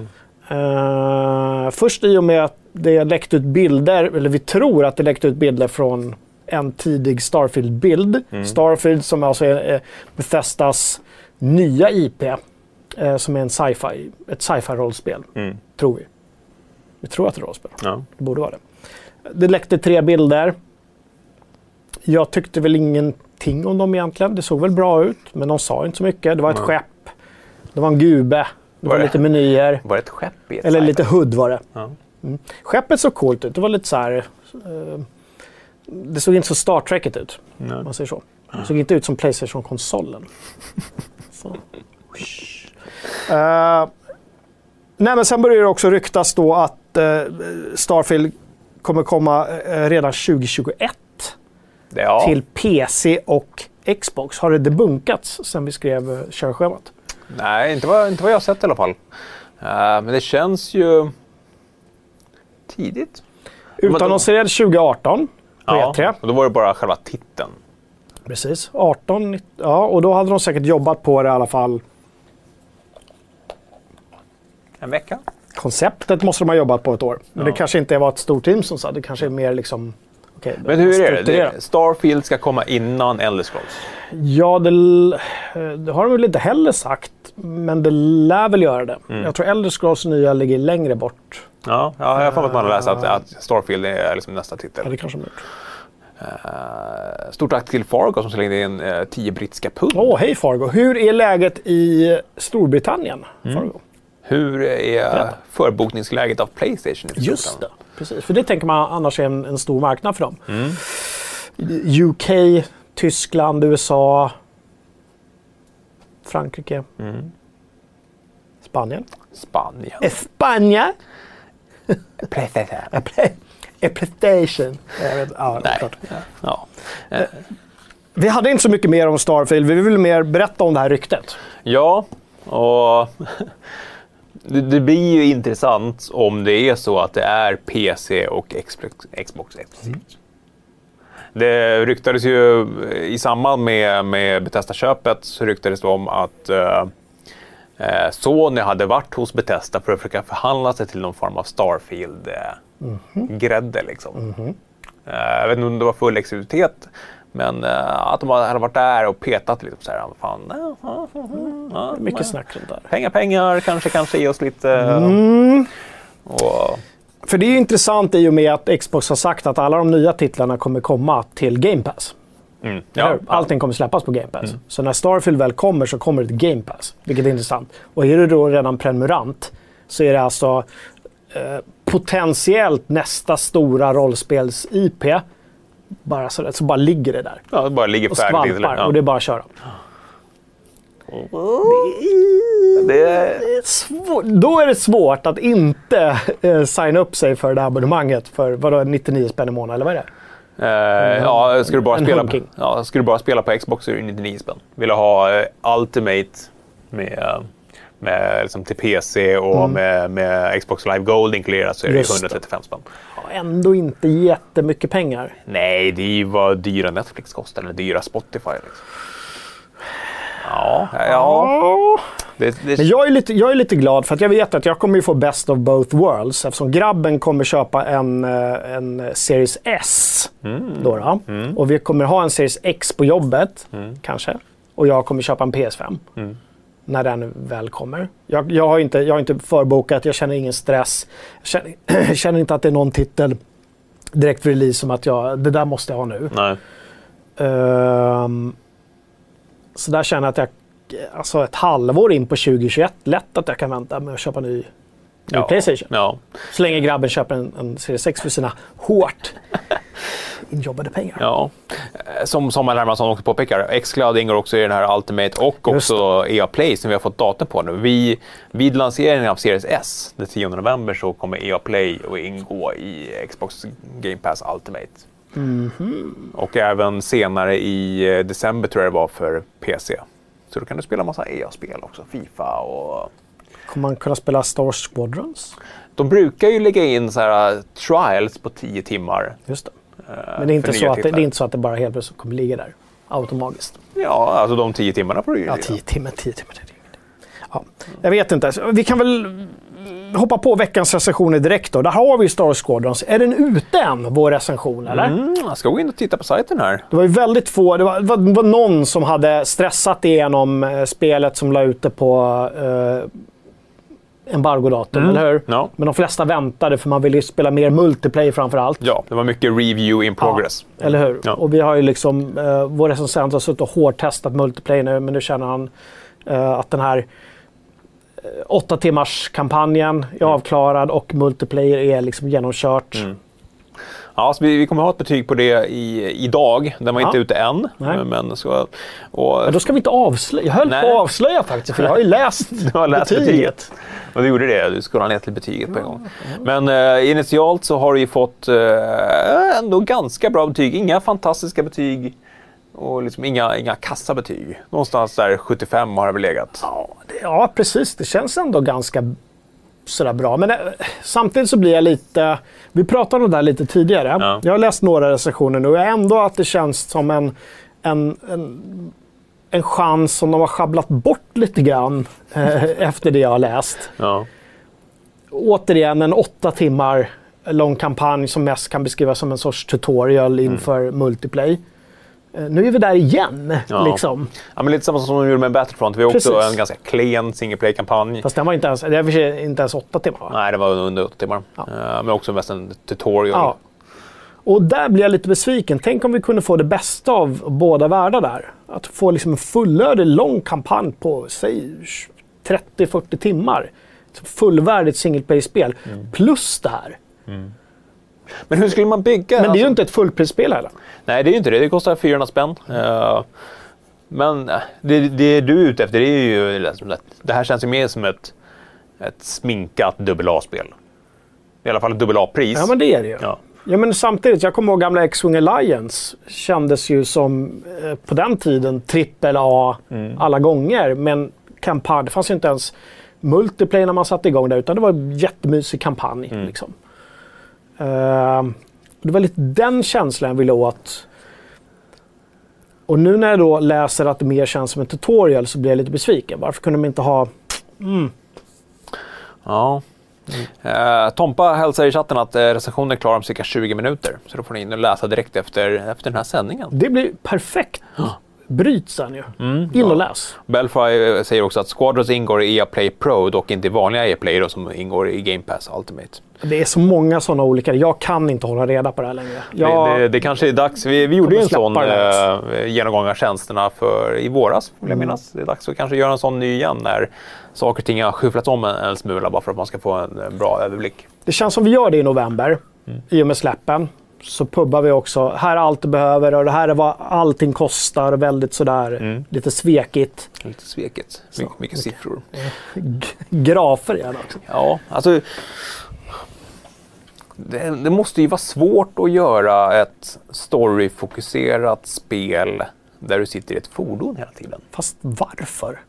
Först i och med att det läckte ut bilder, eller vi tror att det läckte ut bilder från en tidig Starfield-bild. Starfield som alltså är Bethesdas nya IP. Som är ett sci-fi-rollspel, tror vi. Vi tror att det är rollspel. Ja. Det borde vara det. Det läckte 3 bilder. Jag tyckte väl ingenting om dem egentligen. Det såg väl bra ut, men de sa inte så mycket. Det var ett skepp. Det var en gube. Det var lite menyer. Var det ett skepp i ett eller lite HUD var det. Ja. Skeppet såg coolt ut. Det var lite så här... det såg inte så Star Trek-igt ut. Om man säger så. Det såg inte ut som PlayStation-konsolen. Så. Nej, men sen börjar det också ryktas då att Starfield kommer komma redan 2021 till PC och Xbox. Har det debunkats sen vi skrev körschemat? Nej, inte vad jag har sett i alla fall. Men det känns ju tidigt. Utannonserad 2018 på E3. Och då var det bara själva titeln. Precis, 18. Ja, och då hade de säkert jobbat på det i alla fall. En vecka? Konceptet måste de ha jobbat på ett år. Men det kanske inte var ett stort team som sa. Det kanske är mer liksom... Okay, men hur är det? Starfield ska komma innan Elder Scrolls? Ja, det har de väl inte heller sagt. Men det lär väl göra det. Jag tror Elder Scrolls nya ligger längre bort. Ja, jag har fått att man har läst att Starfield är liksom nästa titel. Ja, det kanske de har gjort. Stort tack till Fargo som slängde in 10 brittiska pund. Hej Fargo. Hur är läget i Storbritannien? Fargo? Hur är förbokningsläget av PlayStation? Just det, precis. För det tänker man annars är en stor marknad för dem. UK, Tyskland, USA, Frankrike, Spanien. Spanien? PlayStation. Vi hade inte så mycket mer om Starfield. Vi vill mer berätta om det här ryktet. Ja, och det blir ju intressant om det är så att det är PC och Xbox exklusivt. Det ryktades ju i samband med Bethesda-köpet så ryktades det om att Sony hade varit hos Bethesda för att försöka förhandla sig till någon form av Starfield-grädde liksom. Jag vet inte om det var full exklusivitet, men att de hade varit där och petat lite så här, fan, mycket snack runt där. Pengar, kanske ge oss lite. Och... För det är ju intressant i och med att Xbox har sagt att alla de nya titlarna kommer komma till Game Pass. Allting kommer släppas på Game Pass. Så när Starfield väl kommer så kommer det till Game Pass, vilket är intressant. Och är du då redan prenumerant så är det alltså potentiellt nästa stora rollspels-IP. Så bara ligger det där. Ja, det bara ligger och färdigt. skvalpar, och det är bara att köra. Då är det svårt att inte signa upp sig för det här abonnemanget för vadå, 99 spänn i månaden, eller vad är det? Ja, ska du bara spela på Xbox så är det 99 spänn. Vill du ha Ultimate med liksom till PC och med Xbox Live Gold inkluderat så är det 135 spänn. Ja, ändå inte jättemycket pengar. Nej, det är ju vad dyra Netflix kostar eller dyra Spotify. Liksom. Ja. Men jag är lite glad för att jag vet att jag kommer ju få best of both worlds eftersom grabben kommer köpa en Series S och vi kommer ha en Series X på jobbet kanske och jag kommer köpa en PS5 när den väl kommer. Jag har inte förbokat, jag känner ingen stress. Jag känner inte att det är någon titel direkt för release som att det där måste jag ha nu. Nej. Så där känner jag att alltså ett halvår in på 2021 lätt att jag kan vänta med att köpa ny PlayStation. Ja. Så länge grabben köper en Series X för sina hårt injobbade pengar. Ja. Som Samuel Hermansson också påpekar, xCloud ingår också i den här Ultimate och också EA Play som vi har fått datum på nu. Vid lanseringen av Series S den 10 november så kommer EA Play att ingå i Xbox Game Pass Ultimate. Och även senare i december tror jag det var för PC. Så då kan du spela massa EA-spel också, FIFA och... Kommer man kunna spela Star Wars Squadrons? De brukar ju lägga in så här trials på 10 timmar. Just det. Men det är inte så att det bara helt plötsligt kommer ligga där automatiskt. Ja, alltså de 10 timmarna får du ju. Ja, 10 timmar. Ja, jag vet inte. Vi kan väl hoppa på veckans recensioner direkt då. Där har vi Star Wars Squadrons. Är den ute än, vår recension, eller? Jag ska gå in och titta på sajten här. Det var ju väldigt få. Det var någon som hade stressat igenom spelet som la ut det på embargodatum, eller hur? Ja. Men de flesta väntade för man ville ju spela mer multiplayer framför allt. Ja, det var mycket review in progress. Ja, eller hur? Ja. Och vi har ju liksom, vår recensent har suttit och hårdtestat multiplayer nu, men nu känner han att den här 8 timmars kampanjen är avklarad och multiplayer är liksom genomkört. Ja, så vi kommer ha ett betyg på det idag. Den var inte ute än. Men då ska vi inte avslöja. Jag höll på att avslöja faktiskt, för jag har ju läst, betyget. Och du gjorde det, du skulle ha ner till betyget på en gång. Men initialt så har du ju fått ändå ganska bra betyg. Inga fantastiska betyg och liksom inga kassabetyg. Någonstans där 75 har det väl legat. Ja, precis. Det känns ändå ganska sådär bra. Men samtidigt så blir jag lite... Vi pratade om det där lite tidigare. Ja. Jag har läst några recensioner nu och ändå att det känns som en chans som de har schabblat bort lite grann efter det jag har läst. Ja. Återigen en 8 timmar lång kampanj som mest kan beskrivas som en sorts tutorial inför multiplayer. Nu är vi där igen. Liksom. Ja, men lite samma som de gjorde med Battlefront. Vi har också en ganska klen singleplay-kampanj. Fast den var inte ens 8 timmar, va? Nej, det var under 8 timmar. Ja. Men också mest en tutorial. Ja. Och där blir jag lite besviken. Tänk om vi kunde få det bästa av båda världar där. Att få liksom en fullödig lång kampanj på, säg, 30-40 timmar. Fullvärdigt singleplay-spel. Plus det här. Men hur skulle man bygga? Men det är ju inte ett fullprisspel heller. Nej, det är ju inte det. Det kostar 400 spänn. Men det du är ute efter, det är ju... Det här känns ju mer som ett sminkat AA-spel. I alla fall ett AA-pris. Ja, men det är det ju. Ja, men samtidigt, jag kommer ihåg gamla X-Wing Alliance kändes ju som på den tiden AAA alla gånger. Men kampanj, det fanns ju inte ens multiplayer när man satte igång där, utan det var en jättemysig kampanj. Liksom. Det var lite den känslan jag ville åt. Och nu när jag då läser att det mer känns som en tutorial så blir jag lite besviken. Varför kunde de inte ha... Ja. Tompa hälsar i chatten att recensionen är klar om cirka 20 minuter. Så då får ni in och läsa direkt efter den här sändningen. Det blir perfekt. bryts den ju. In och läs. Belfry säger också att Squadrons ingår i EA Play Pro, dock inte i vanliga EA Play då, som ingår i Game Pass Ultimate. Det är så många sådana olika. Jag kan inte hålla reda på det här längre. Det kanske är dags. Vi gjorde ju en sån genomgång av tjänsterna i våras, vill jag minnas. Det är dags att kanske göra en sån ny igen när saker och ting har skyfflats om en smula bara för att man ska få en bra överblick. Det känns som vi gör det i november, i och med släppen. Så pubbar vi också. Här är allt du behöver och det här är vad allting kostar. Väldigt sådär, lite svekigt. Lite svekigt. Mycket siffror. Grafer gärna också. Ja, alltså... Det måste ju vara svårt att göra ett storyfokuserat spel där du sitter i ett fordon hela tiden. Fast varför?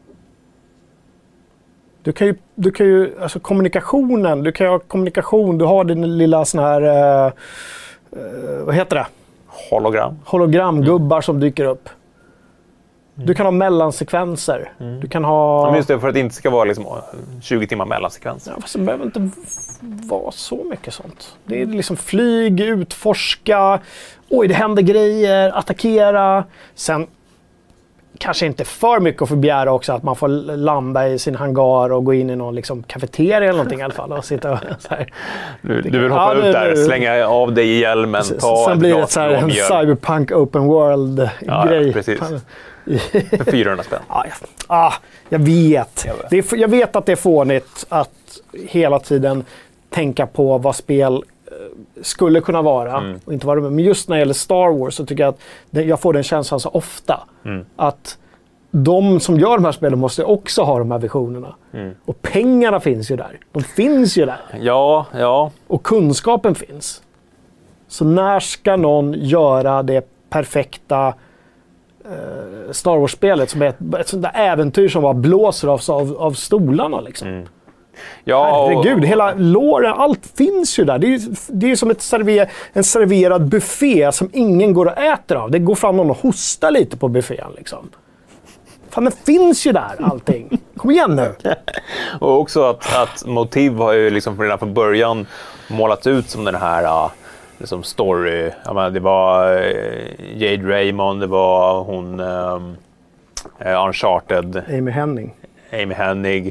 Du kan ju alltså kommunikationen, du kan ju ha kommunikation, du har din lilla sån här, vad heter det? Hologramgubbar som dyker upp. Du kan ha mellansekvenser. Du kan ha... Ja, just det, för att det inte ska vara liksom 20 timmar mellansekvenser. Ja, fast det behöver inte vara så mycket sånt. Det är liksom flyg, utforska, oj det händer grejer, attackera. Sen kanske inte för mycket att få begära också att man får landa i sin hangar och gå in i någon liksom kafeteria eller någonting i alla fall. Och sitta och så här. Du vill hoppa ut där, slänga av dig i hjälmen, ta sen blir det så här en cyberpunk open world-grej. Ja, precis. För 400 spänn. Jag vet. Jag vet att det är fånigt att hela tiden tänka på vad spel skulle kunna vara och inte vara med. Men just när det gäller Star Wars så tycker jag att jag får den känslan så ofta att de som gör de här spelen måste också ha de här visionerna. Och pengarna finns ju där. De finns ju där. Ja. Och kunskapen finns. Så när ska någon göra det perfekta Star Wars-spelet som är ett sånt där äventyr som bara blåser av stolarna liksom. Ja, herregud, hela låren, allt finns ju där. Det är som en serverad buffé som ingen går och äter av. Det går fram någon och hostar lite på buffén liksom. Fan, det finns ju där allting. Kom igen nu. Och också att Motiv har ju liksom redan från början målats ut som den här liksom story. Jag menar, det var Jade Raymond, det var hon Uncharted. Amy Hennig.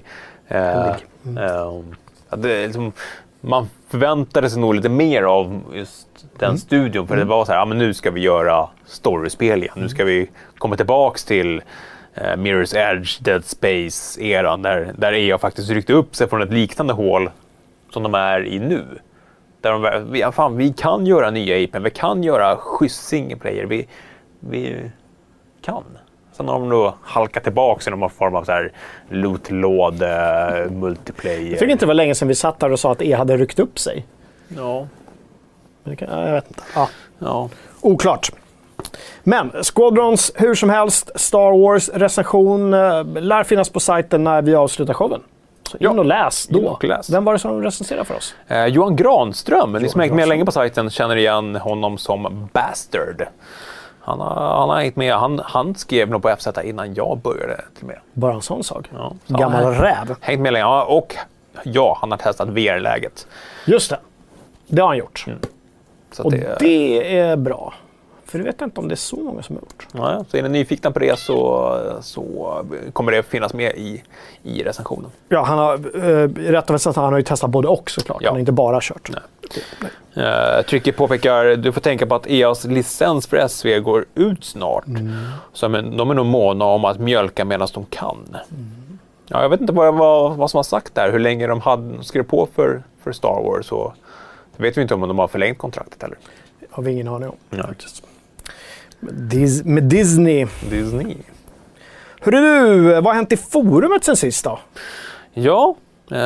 Liksom, man förväntade sig nog lite mer av just den studion, för det var så här, men nu ska vi göra storyspel igen. Nu ska vi komma tillbaks till Mirror's Edge, Dead Space-eran där EA faktiskt ryckte upp sig från ett liknande hål som de är i nu. Där vi kan göra nya Apen, vi kan göra schysst singleplayer, vi kan. Sen har de då halkat tillbaka i någon form av så här lootlåd, multiplayer. Jag tycker inte det var länge sedan vi satt där och sa att EA hade ryckt upp sig. Ja. Men jag vet inte. Ja. Oklart. Men Squadrons, hur som helst, Star Wars recension lär finnas på sajten när vi avslutar showen. Så in och läs då. Vem var det som recenserade för oss? Johan Granström. Ni som har hängt med länge på sajten känner igen honom som Bastard. Han har hängt med. Han skrev nog på FZ innan jag började till med. Bara en sån sak. Ja, gammal räv. Hängt med länge. Och han har testat VR-läget. Just det. Det har han gjort. Så och det är bra. För det vet jag inte om det är så många som har gjort. Ja, så är ni nyfikna på det så kommer det finnas med i recensionen. Ja, han har rätt och att han har ju testat både och såklart. Ja. Han har inte bara kört. Nej. Trycker påpekar, du får tänka på att EAs licens för SV går ut snart. Så de är nog måna om att mjölka medan de kan. Ja, jag vet inte vad som har sagt där, hur länge de skrev på för Star Wars. Så det vet vi inte om de har förlängt kontraktet eller. Har vi ingen aning om. Faktiskt. Med Disney. Hörru du, vad har hänt i forumet sen sist då? Ja,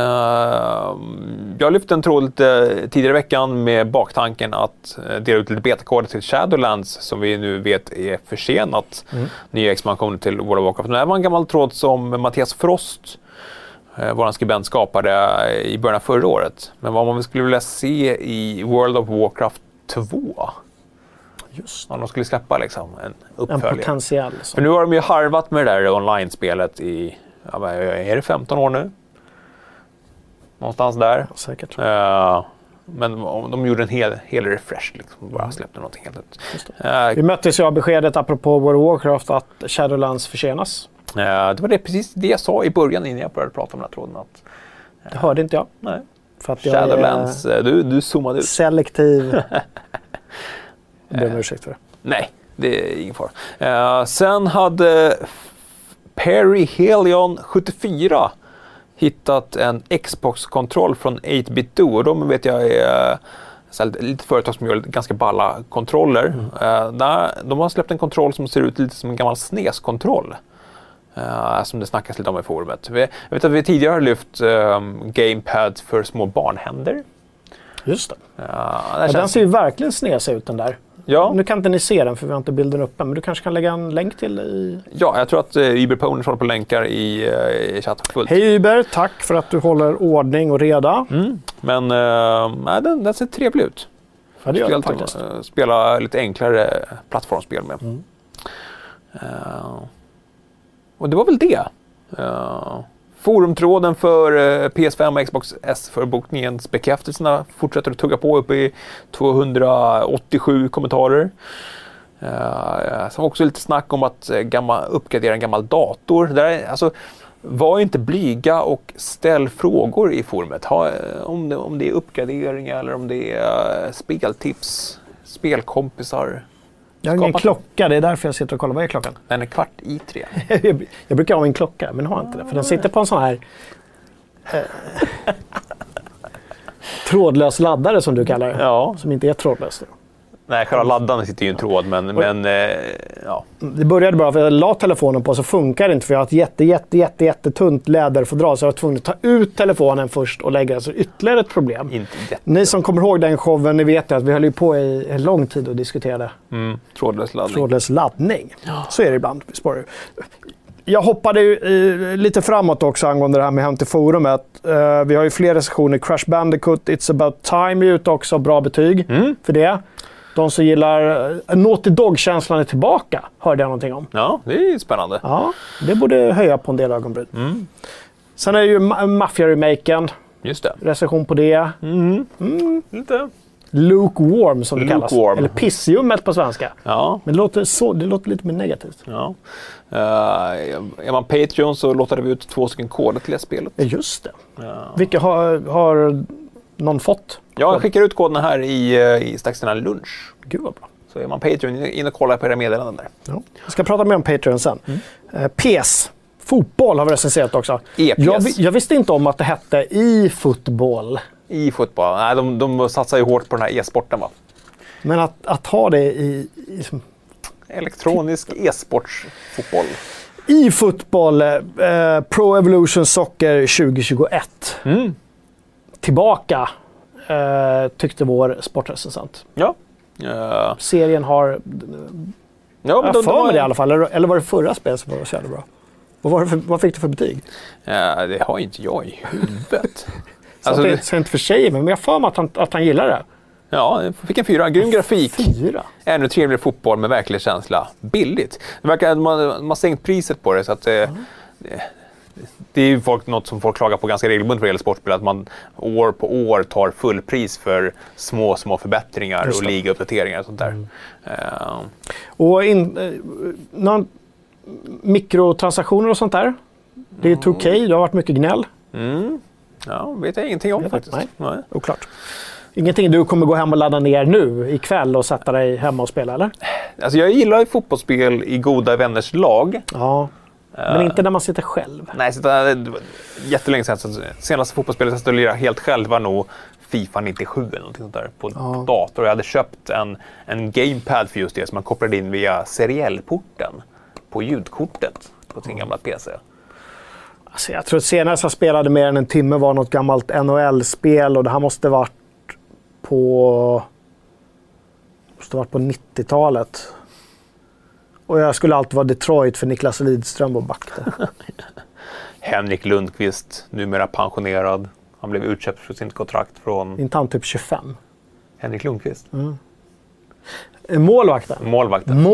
jag lyfte en tråd lite tidigare i veckan med baktanken att dela ut lite betakoder till Shadowlands som vi nu vet är försenat. Nya expansioner till World of Warcraft. Det här var en gammal tråd som Mattias Frost, våran skribent, skapade i början av förra året. Men vad man skulle vilja se i World of Warcraft 2. Just. Ja, de skulle släppa liksom en uppföljare. En potentiell. För nu har de ju harvat med det där online-spelet i, är det 15 år nu? Någonstans där. Ja, säkert. Men de gjorde en hel refresh. Liksom, bara släppte någonting helt nytt. Vi möttes ju av beskedet apropå World of Warcraft att Shadowlands försenas. Det var precis det jag sa i början innan jag började prata om den här tråden. Det hörde inte jag. Nej. För att jag Shadowlands, du zoomade ut. Selektiv. Jag ber om ursäkt för det. Nej, det är ingen fara. Sen hade Perry Helion 74 hittat en Xbox-kontroll från 8BitDo. Och de vet jag är lite företag som gör ganska balla kontroller. De har släppt en kontroll som ser ut lite som en gammal SNES-kontroll. Som det snackas lite om i forumet. Jag vet att vi tidigare har lyft gamepads för små barnhänder. Just det. Den ser ju verkligen SNES ut den där. Ja. Nu kan inte ni se den för vi har inte bilden uppe, men du kanske kan lägga en länk till i... Ja, jag tror att Uber-Pwners håller på länkar i chatten fullt. Hej Uber, tack för att du håller ordning och reda. Men den ser trevlig ut. Ja, det gör den faktiskt. Spela lite enklare plattformsspel med. Och det var väl det. Forumtråden för PS5 och Xbox S-förbokningens bekräftelserna fortsätter att tugga på upp i 287 kommentarer. Som också lite snack om att uppgradera en gammal dator. Var inte blyga och ställ frågor i forumet. Om det är uppgraderingar eller om det är speltips, spelkompisar. Jag har ingen klocka, det är därför jag sitter och kollar. Vad är klockan? Den är 2:45. Jag brukar ha en klocka, men har inte det. För den sitter på en sån här trådlös laddare som du kallar det. Ja. Som inte är trådlös. Nej, själva laddaren sitter ju i en tråd, men ja. Det började bara för att jag la telefonen på så funkar det inte för jag har ett jättetunt läderfodral så jag var tvungen att ta ut telefonen först och lägga så ytterligare ett problem. Ni som kommer ihåg den showen, ni vet att vi höll ju på i en lång tid och diskuterade trådlös laddning. Ja. Så är det ibland. Jag hoppade ju lite framåt också angående det här med hem till forumet. Vi har ju fler recensioner. Crash Bandicoot, It's About Time är ute också. Bra betyg för det. De som gillar Naughty Dog-känslan är tillbaka, hörde jag någonting om. Ja, det är spännande. Ja, det borde höja på en del ögonbryn. Sen är det ju Mafia-remaken. Just det. Recension på det. Lite. Lukewarm som det kallas. Eller pissljummet på svenska. Ja. Men det låter lite mer negativt. Ja. Är man Patreon så låter vi ut 2 koder till det spelet. Ja, just det. Ja. Vilka har någon fått? Ja, jag skickar ut koderna här i strax innan lunch. Gud vad bra. Så är man Patreon, in och kolla på era meddelanden där. Ja. Jag ska prata mer om Patreon sen. PS. Fotboll har vi recenserat också. Jag visste inte om att det hette e-fotboll. E-fotboll? Nej, de satsar ju hårt på den här e-sporten, va? Men att ha det i elektronisk e-sportsfotboll. E-fotboll, Pro Evolution Soccer 2021. Tillbaka, tyckte vår sportrecensent. Ja. Serien har... Ja, men för mig det i alla fall. Eller var det förra spelet som var så jävla bra? Vad fick du för betyg? Det har inte jag i huvudet. Så inte för sig, men jag har för mig att han gillar det. Ja, jag fick en 4. Grym grafik. 4? Ännu trevligare fotboll med verklig känsla. Billigt. Det verkar att man har sänkt priset på det. Så att, det är ju något som folk klagar på ganska regelbundet vad gäller sportspel. Att man år på år tar fullpris för små förbättringar och ligauppdateringar och sånt där. Och mikrotransaktioner och sånt där. Det är 2K, det har varit mycket gnäll. Ja, vet jag ingenting om faktiskt. Nej. Oklart. Ingenting du kommer gå hem och ladda ner nu ikväll och sätta dig hemma och spela, eller? Alltså jag gillar ju fotbollsspel i goda vänners lag. Ja, men inte när man sitter själv. Nej, jättelänge sedan. Senaste fotbollsspelet jag installerade helt själv var nog FIFA 97 eller någonting sånt där på dator. Jag hade köpt en gamepad för just det som man kopplade in via seriellporten på ljudkortet på sin gamla PC. Alltså jag tror att senast jag spelade mer än en timme var något gammalt NHL-spel och det här måste varit på 90-talet. Och jag skulle alltid vara Detroit för Niklas Lidström och backte. Henrik Lundqvist, numera pensionerad. Han blev utköpt för sitt kontrakt från... Inte han typ 25? Henrik Lundqvist. Målvakten.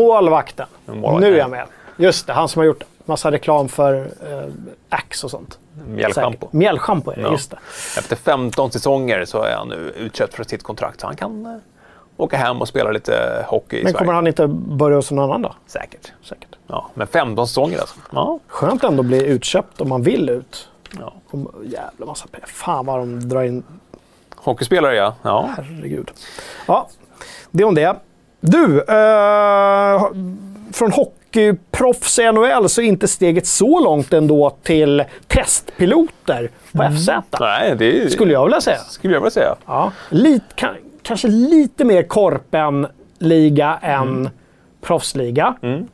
Nu är jag med. Just det, han som har gjort massa reklam för Axe och sånt. Mjällschampo. Mjällschampo är det, just det. Efter 15 säsonger så är han nu utköpt för sitt kontrakt. Så han kan åka hem och spela lite hockey i Sverige. Men kommer han inte börja hos någon annan då? Säkert. Ja, men 15 säsonger alltså. Ja. Skönt ändå att bli utköpt om man vill ut. Ja. Jävla massa pengar. Fan vad de drar in. Hockeyspelare, ja. Herregud. Ja, det om det. Du, från hockeyproffs i NHL så är inte steget så långt ändå till testpiloter på FZ. Nej, det skulle jag vilja säga. Ja. Kanske lite mer korpenliga än proffsliga.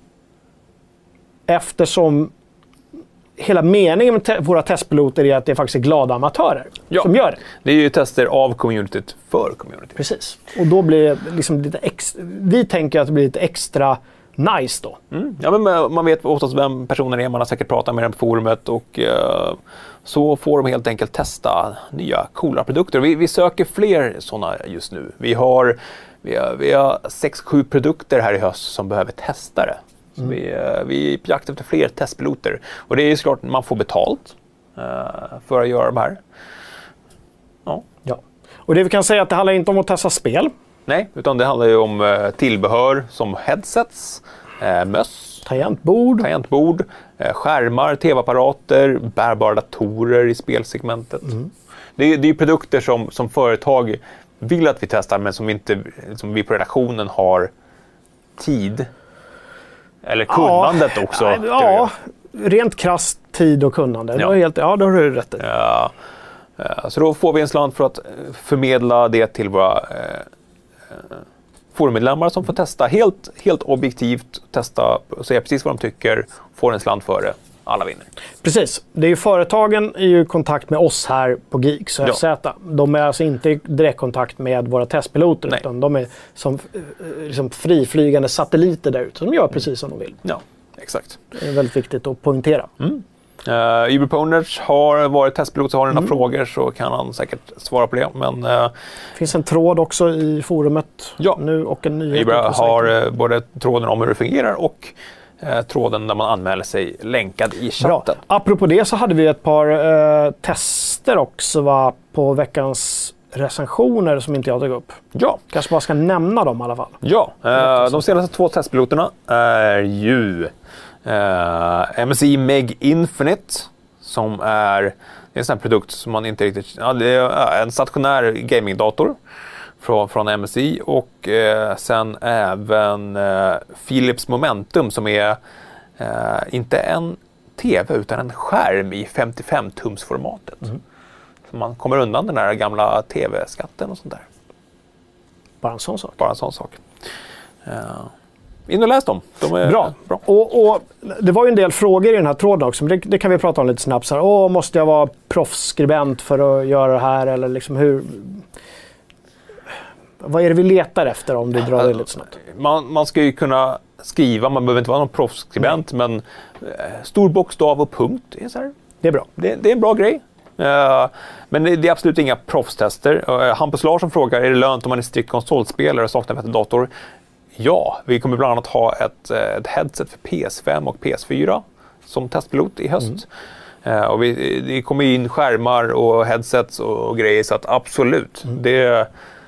Eftersom hela meningen med våra testpiloter är att det faktiskt är glada amatörer som gör det. Det är ju tester av communityt för community. Precis. Och då blir det liksom lite vi tänker att det blir lite extra nice då. Ja, men man vet oftast vem personen är, man har säkert pratat med den på forumet och så får de helt enkelt testa nya coola produkter. Vi söker fler sådana just nu. Vi har 6-7 produkter här i höst som behöver testa det. Så vi är på jakt efter fler testpiloter. Och det är ju såklart man får betalt för att göra de här. Ja. Och det vi kan säga är att det handlar inte om att testa spel. Nej, utan det handlar ju om tillbehör som headsets, möss, tangentbord, skärmar, tv-apparater, bärbara datorer i spelsegmentet. Det är produkter som företag vill att vi testar men som vi på redaktionen har tid eller kunnandet också. Ja, rent krasst tid och kunnande. Ja. Det har du rätt i. Ja. Så då får vi en slant för att förmedla det till våra forummedlemmar som får testa helt objektivt, testa och säga precis vad de tycker, får en slant för det. Alla vinner. Precis. Det är ju företagen i ju kontakt med oss här på Geeks och FZ. De är alltså inte i direktkontakt med våra testpiloter. Nej. Utan de är som liksom friflygande satelliter där ute. De gör precis som de vill. Ja, exakt. Det är väldigt viktigt att poängtera. Uberponers har varit testpilot, så har ni några frågor så kan han säkert svara på det. Men, det finns en tråd också i forumet nu och en nyhet. Uber har både tråden om hur det fungerar och tråden där man anmäler sig länkad i chatten. Bra. Apropå det så hade vi ett par tester också på veckans recensioner som inte jag tog upp. Ja. Kanske bara ska nämna dem i alla fall. Ja, de senaste 2 testpiloterna är ju MSI Meg Infinite som är en sån här produkt som man inte riktigt... Ja, det är en stationär gamingdator från MSI och sen även Philips Momentum som är inte en TV utan en skärm i 55-tumsformatet. Så man kommer undan den här gamla TV-skatten och sånt där. Bara en sån sak. In och läs dem. De är bra. Och det var ju en del frågor i den här tråden också, men det kan vi prata om lite snabbt. Så här, måste jag vara proffsskribent för att göra det här? Eller liksom hur... Vad är det vi letar efter om du drar det lite snabbt? Man ska ju kunna skriva, man behöver inte vara någon proffsskribent, men stor bokstav och punkt är så här. Det är bra. Det är en bra grej. Men det är absolut inga proffstester. Hampus Larsson frågar, är det lönt om man är strikt konsolspelare och saknar en dator? Ja, vi kommer bland annat ha ett headset för PS5 och PS4 som testpilot i höst. Och det kommer in skärmar och headsets och grejer, så att absolut. Det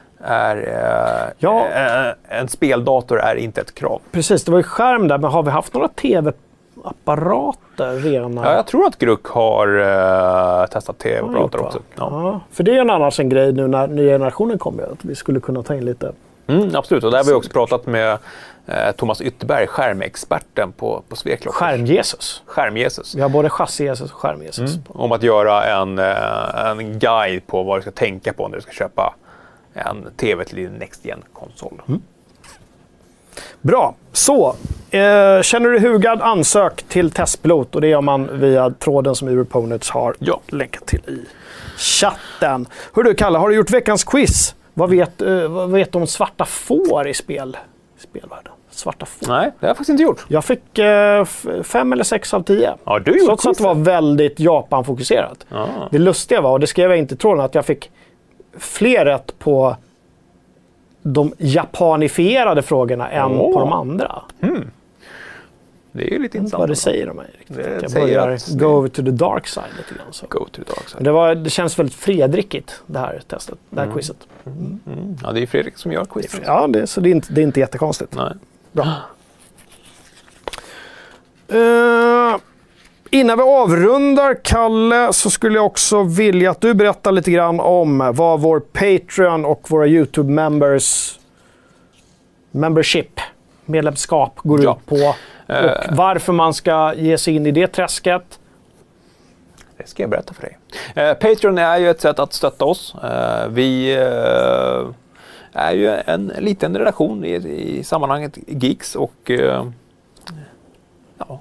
är en speldator är inte ett krav. Precis, det var ju skärm där, men har vi haft några tv-apparater redan? Ja, jag tror att Gruck har testat tv-apparater också. Ja, för det är en annars en grej nu när nya generationen kommer, att vi skulle kunna ta in lite. Absolut, och där har vi också pratat med Thomas Ytterberg, skärmexperten på Sveklockers. Skärm-Jesus. Vi har både chassi-Jesus och skärm-Jesus. Om att göra en guide på vad du ska tänka på när du ska köpa en TV till din Next Gen-konsol. Bra. Så, känner du hugad, ansök till testpilot. Och det gör man via tråden som Uberponers har länkat till i chatten. Hör du, Kalle, har du gjort veckans quiz? Vad vet du om svarta får i spelvärlden? Svarta får. Nej, det har jag faktiskt inte gjort. Jag fick 5 eller 6 av 10. Ja, du gjorde trots att det var väldigt Japan-fokuserat. Det lustiga var, och det skrev jag inte i tråden, att jag fick fler rätt på de japanifierade frågorna än på de andra. Det är ju lite intressant. Vad det säger om mig riktigt. Det Jag säger börjar att go over to the dark side lite grann. Så. Go to the dark side. Men det känns väldigt Fredrikigt, det här testet, det här quizet. Ja, det är Fredrik som gör quizet. Ja, så det är inte jättekonstigt. Nej. Bra. Innan vi avrundar, Kalle, så skulle jag också vilja att du berättar lite grann om vad vår Patreon och våra YouTube-members medlemskap går ut på. Och varför man ska ge sig in i det träsket. Det ska jag berätta för dig. Patreon är ju ett sätt att stötta oss. Vi är ju en liten redaktion i sammanhanget Geeks och ja.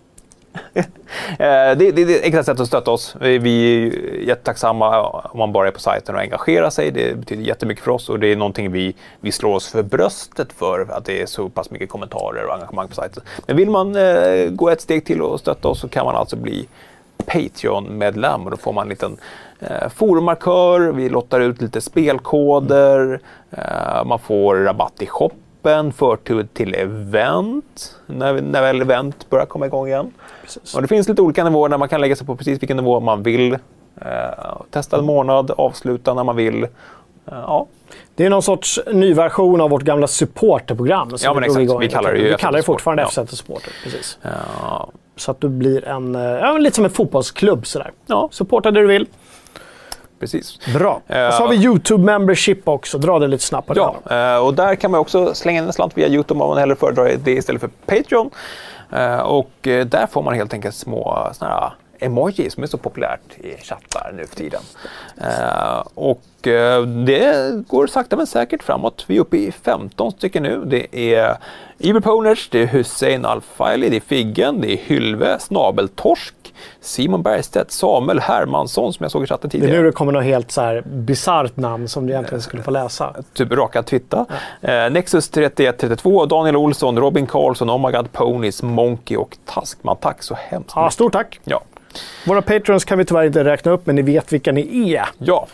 Det är ett enkelt sätt att stötta oss. Vi är jättetacksamma om man bara är på sajten och engagerar sig. Det betyder jättemycket för oss och det är någonting vi slår oss för bröstet för att det är så pass mycket kommentarer och engagemang på sajten. Men vill man gå ett steg till och stötta oss så kan man alltså bli Patreon-medlem och då får man en liten forummarkör, vi lottar ut lite spelkoder, man får rabatt i shoppen, förtur till event, när väl event börjar komma igång igen. Precis. Och det finns lite olika nivåer där man kan lägga sig på precis vilken nivå man vill, testa en månad, avsluta när man vill. Ja. Det är någon sorts ny version av vårt gamla supporterprogram. Ja, men exakt. Vi kallar det fortfarande FZ Supporter. Precis. Ja. Så att du blir lite som en fotbollsklubb sådär. Ja. Supporta det du vill. Precis. Bra. Och så har vi YouTube Membership också. Dra det lite snabbt på det. Ja, och där kan man också slänga in en slant via YouTube om man hellre föredrar det istället för Patreon. Och där får man helt enkelt små såna här emoji som är så populärt i chattar nu för tiden. Och det går sakta men säkert framåt. Vi är uppe i 15 stycken nu. Det är Iberponers, det är Hussein Al-Faili, det är Figgen, det är Hylve, Snabeltorsk, Simon Bergstedt, Samuel Hermansson som jag såg i chatten tidigare. Det är nu det kommer något helt så här bizarrt namn som du egentligen skulle få läsa. Typ raka Twitter. Ja. Nexus 3132, Daniel Olsson, Robin Karlsson, Oh My God Ponies, Monkey och Taskman. Tack så hemskt mycket. Stort tack. Ja. Våra patrons kan vi tyvärr inte räkna upp, men ni vet vilka ni är. Ja.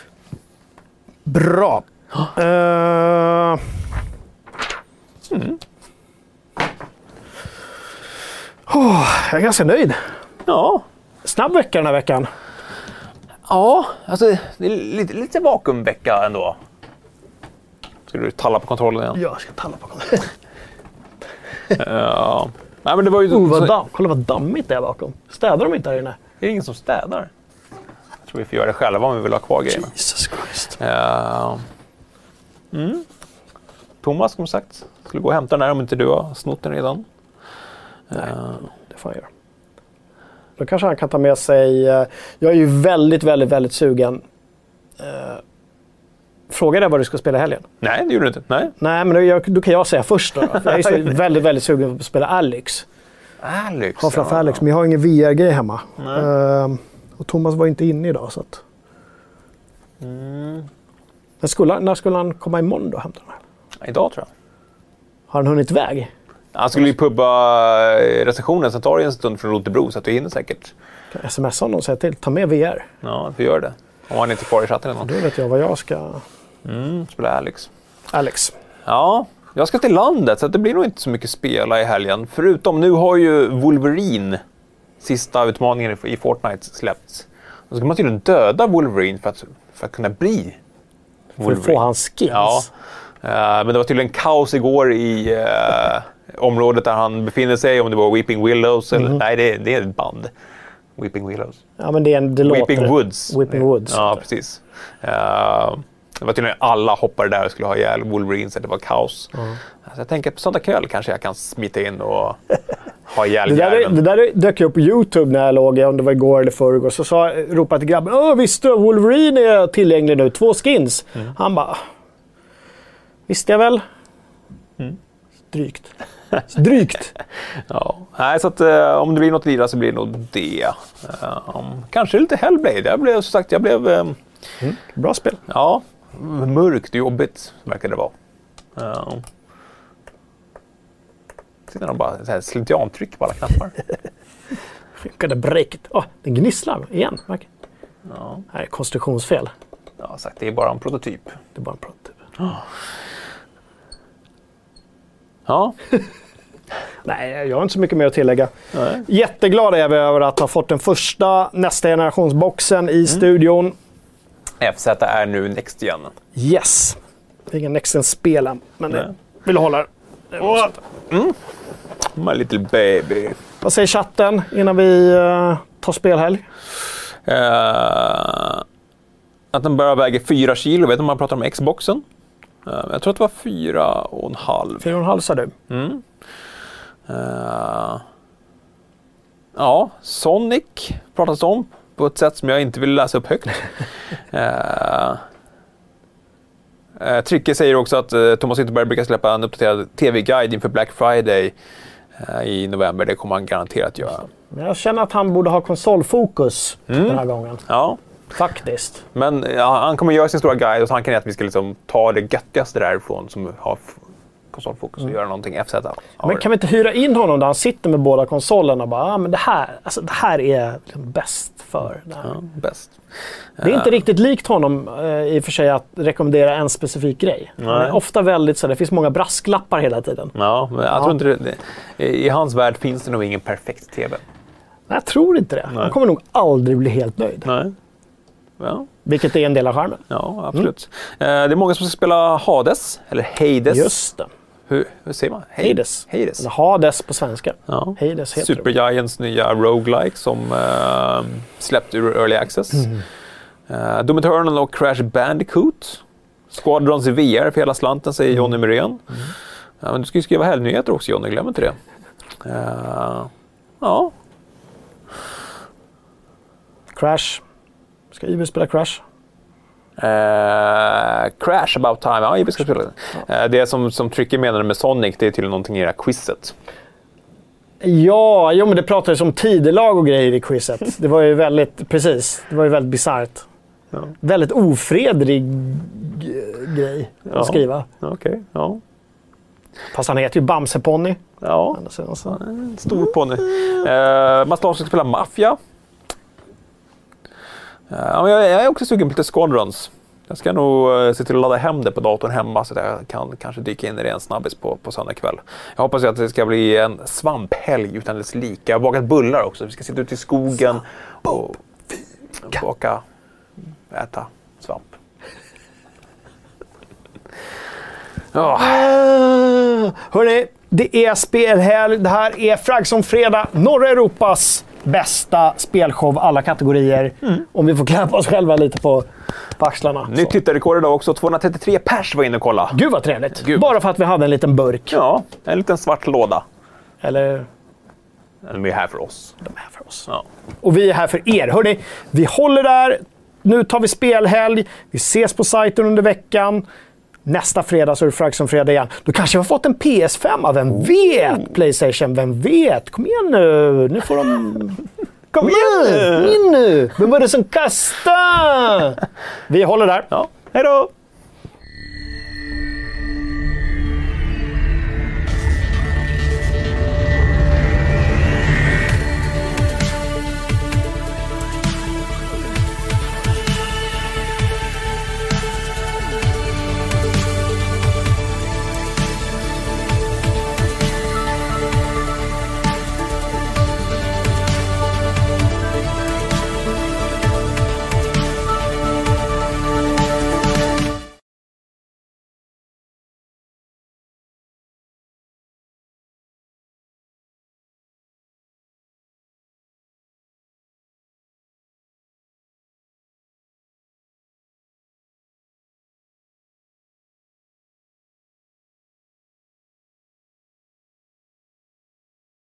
Bra. Jag är ganska nöjd. Ja. Snabb vecka den här veckan. Ja, alltså det är lite vakuumvecka ändå. Ska du talla på kontrollen igen? Jag ska talla på kontrollen. Ja. Nej, men det var ju kolla vad dammigt det är bakom. Städar de inte här inne? Det är ingen som städar. Jag tror vi får göra det själva om vi vill ha kvar grejerna. Jesus Christ. Thomas, som sagt, skulle gå och hämta den här om inte du har snott den redan. Nej, det får jag göra. Då kanske han kan ta med sig... Jag är ju väldigt, väldigt, väldigt sugen. Fråga dig vad du ska spela i helgen. Nej, det gjorde du inte. Nej, men då kan jag säga först då. För jag är så väldigt, väldigt sugen på att spela Alex. Alex? Har framför Alex, men jag har ingen VR-grej hemma. Och Thomas var inte inne idag. Så att... När skulle han komma imorgon då och hämta den här? Idag tror jag. Har han hunnit iväg? Han skulle ju pubba recensionen, så tar det en stund från Rotebro så att du hinner säkert. Kan smsa honom och säga till, ta med VR. Ja, vi gör det. Om han inte är kvar i chatten eller något. Då vet jag vad jag ska... Spela Alex. Alex. Ja, jag ska till landet så det blir nog inte så mycket spela i helgen. Förutom nu har ju Wolverine, sista utmaningen i Fortnite, släppts. Då ska man tydligen döda Wolverine för att kunna bli Wolverine. För att få hans skins. Ja. Men det var tydligen kaos igår i området där han befinner sig. Om det var Weeping Willows eller... Nej, det är ett band. Weeping Willows. Ja, men det låter... Weeping Woods. Weeping Woods. Ja, precis. Det var tydligen alla hoppade där och skulle ha ihjäl Wolverine så det var kaos. Så jag tänker på söndag kväll kanske jag kan smita in och ha ihjäl järven. Det där dök upp på YouTube när jag låg, om det var igår eller förrgår. Så ropade till grabben, visste du Wolverine är tillgänglig nu? 2 skins. Han bara... Visste jag väl? Drygt. Ja, nej, så att om det blir något lira så blir det nog det. Kanske lite Hellblade. Jag blev bra spel. Ja, mörkt och jobbigt verkar det vara. Sitter de bara så här slentriantryck på alla knappar. Skickade breaket. Den gnisslar igen. Ja. Det här är konstruktionsfel. Ja, sagt, det är bara en prototyp. Det är bara en prototyp. Ja. Nej, jag har inte så mycket mer att tillägga. Nej. Jätteglada är vi över att ha fått den första nästa generationsboxen i studion. FZ är nu Next Gen. Yes. Det är ingen Next Gen-spel än, men det vill hålla det. My little baby. Vad säger chatten innan vi tar spelhelg? Att den bara väger 4 kilo. Vet du om man pratar om Xboxen? Jag tror att det var 4,5. 4,5 sa du. Ja, Sonic pratas om på ett sätt som jag inte vill läsa upp högt. Tricke säger också att Thomas Ytterberg brukar släppa en uppdaterad TV-guide inför Black Friday i november. Det kommer han garanterat göra. Jag känner att han borde ha konsolfokus den här gången. Ja. Faktiskt. Men han kommer göra sin stora guide och tanken är att vi ska liksom ta det göttigaste därifrån som har konsolfokus och göra någonting FZ. Men kan vi inte hyra in honom där han sitter med båda konsolerna och bara, men det här är liksom bäst för det här. Ja, bäst. Det är inte riktigt likt honom i och för sig att rekommendera en specifik grej. Han är ofta väldigt så, det finns många brasklappar hela tiden. Ja, men jag tror inte i hans värld finns det nog ingen perfekt TV. Nej, jag tror inte det. Han kommer nog aldrig bli helt nöjd. Nej. Ja. Vilket är en del av charmen. Ja, absolut. Det är många som ska spela Hades, eller Hades. Just det. Hur säger man? Hades. Hades. Eller Hades på svenska. Ja. Hades heter Supergiants nya roguelike som släppte ur Early Access. Doom Eternal och Crash Bandicoot. Squadrons i VR för hela slanten, säger Johnny Myrén. Ja, men du ska ju skriva helgnyheter också, Johnny. Glöm inte det. Ja. Crash. Ska Iver spela Crash? Crash About Time. Ja, Iver ska spela det. Det som Tricky menade med Sonic, det är till någonting i det här quizet. Ja, men det pratades om tidelag och grejer i quizet. Det var ju väldigt, precis. Det var ju väldigt bizarrt. Ja. Väldigt ofredrig grej att skriva. Okej, ja. Fast han heter ju Bamse Pony. Ja, en stor ponny. Man ska spela Mafia. Jag är också sugen på lite Squadrons. Jag ska nog se till att ladda hem det på datorn hemma så att jag kan kanske dyka in i det en snabbis på söndag kväll. Jag hoppas att det ska bli en svamphelg utan dess lika. Jag har bakat bullar också. Vi ska sitta ute i skogen och äta svamp. Hörrni, det är spelhelg. Det här är Fragg som fredag. Norra Europas bästa spelshow, alla kategorier. Om vi får klappa oss själva lite på axlarna. Nytt tittarrekord idag också. 233 pers var inne och kolla. Gud vad trevligt. Bara för att vi hade en liten burk. Ja, en liten svart låda. Eller de är här för oss. De är här för oss. Ja. Och vi är här för er. Hörrni, vi håller där. Nu tar vi spelhelg. Vi ses på sajten under veckan. Nästa fredag så är det Fragg som fredag igen. Då kanske vi har fått en PS5. Vem vet? PlayStation, vem vet? Kom igen nu. Nu får de... Kom igen nu. Vem var det som kastade? Vi håller där. Ja. Hej då!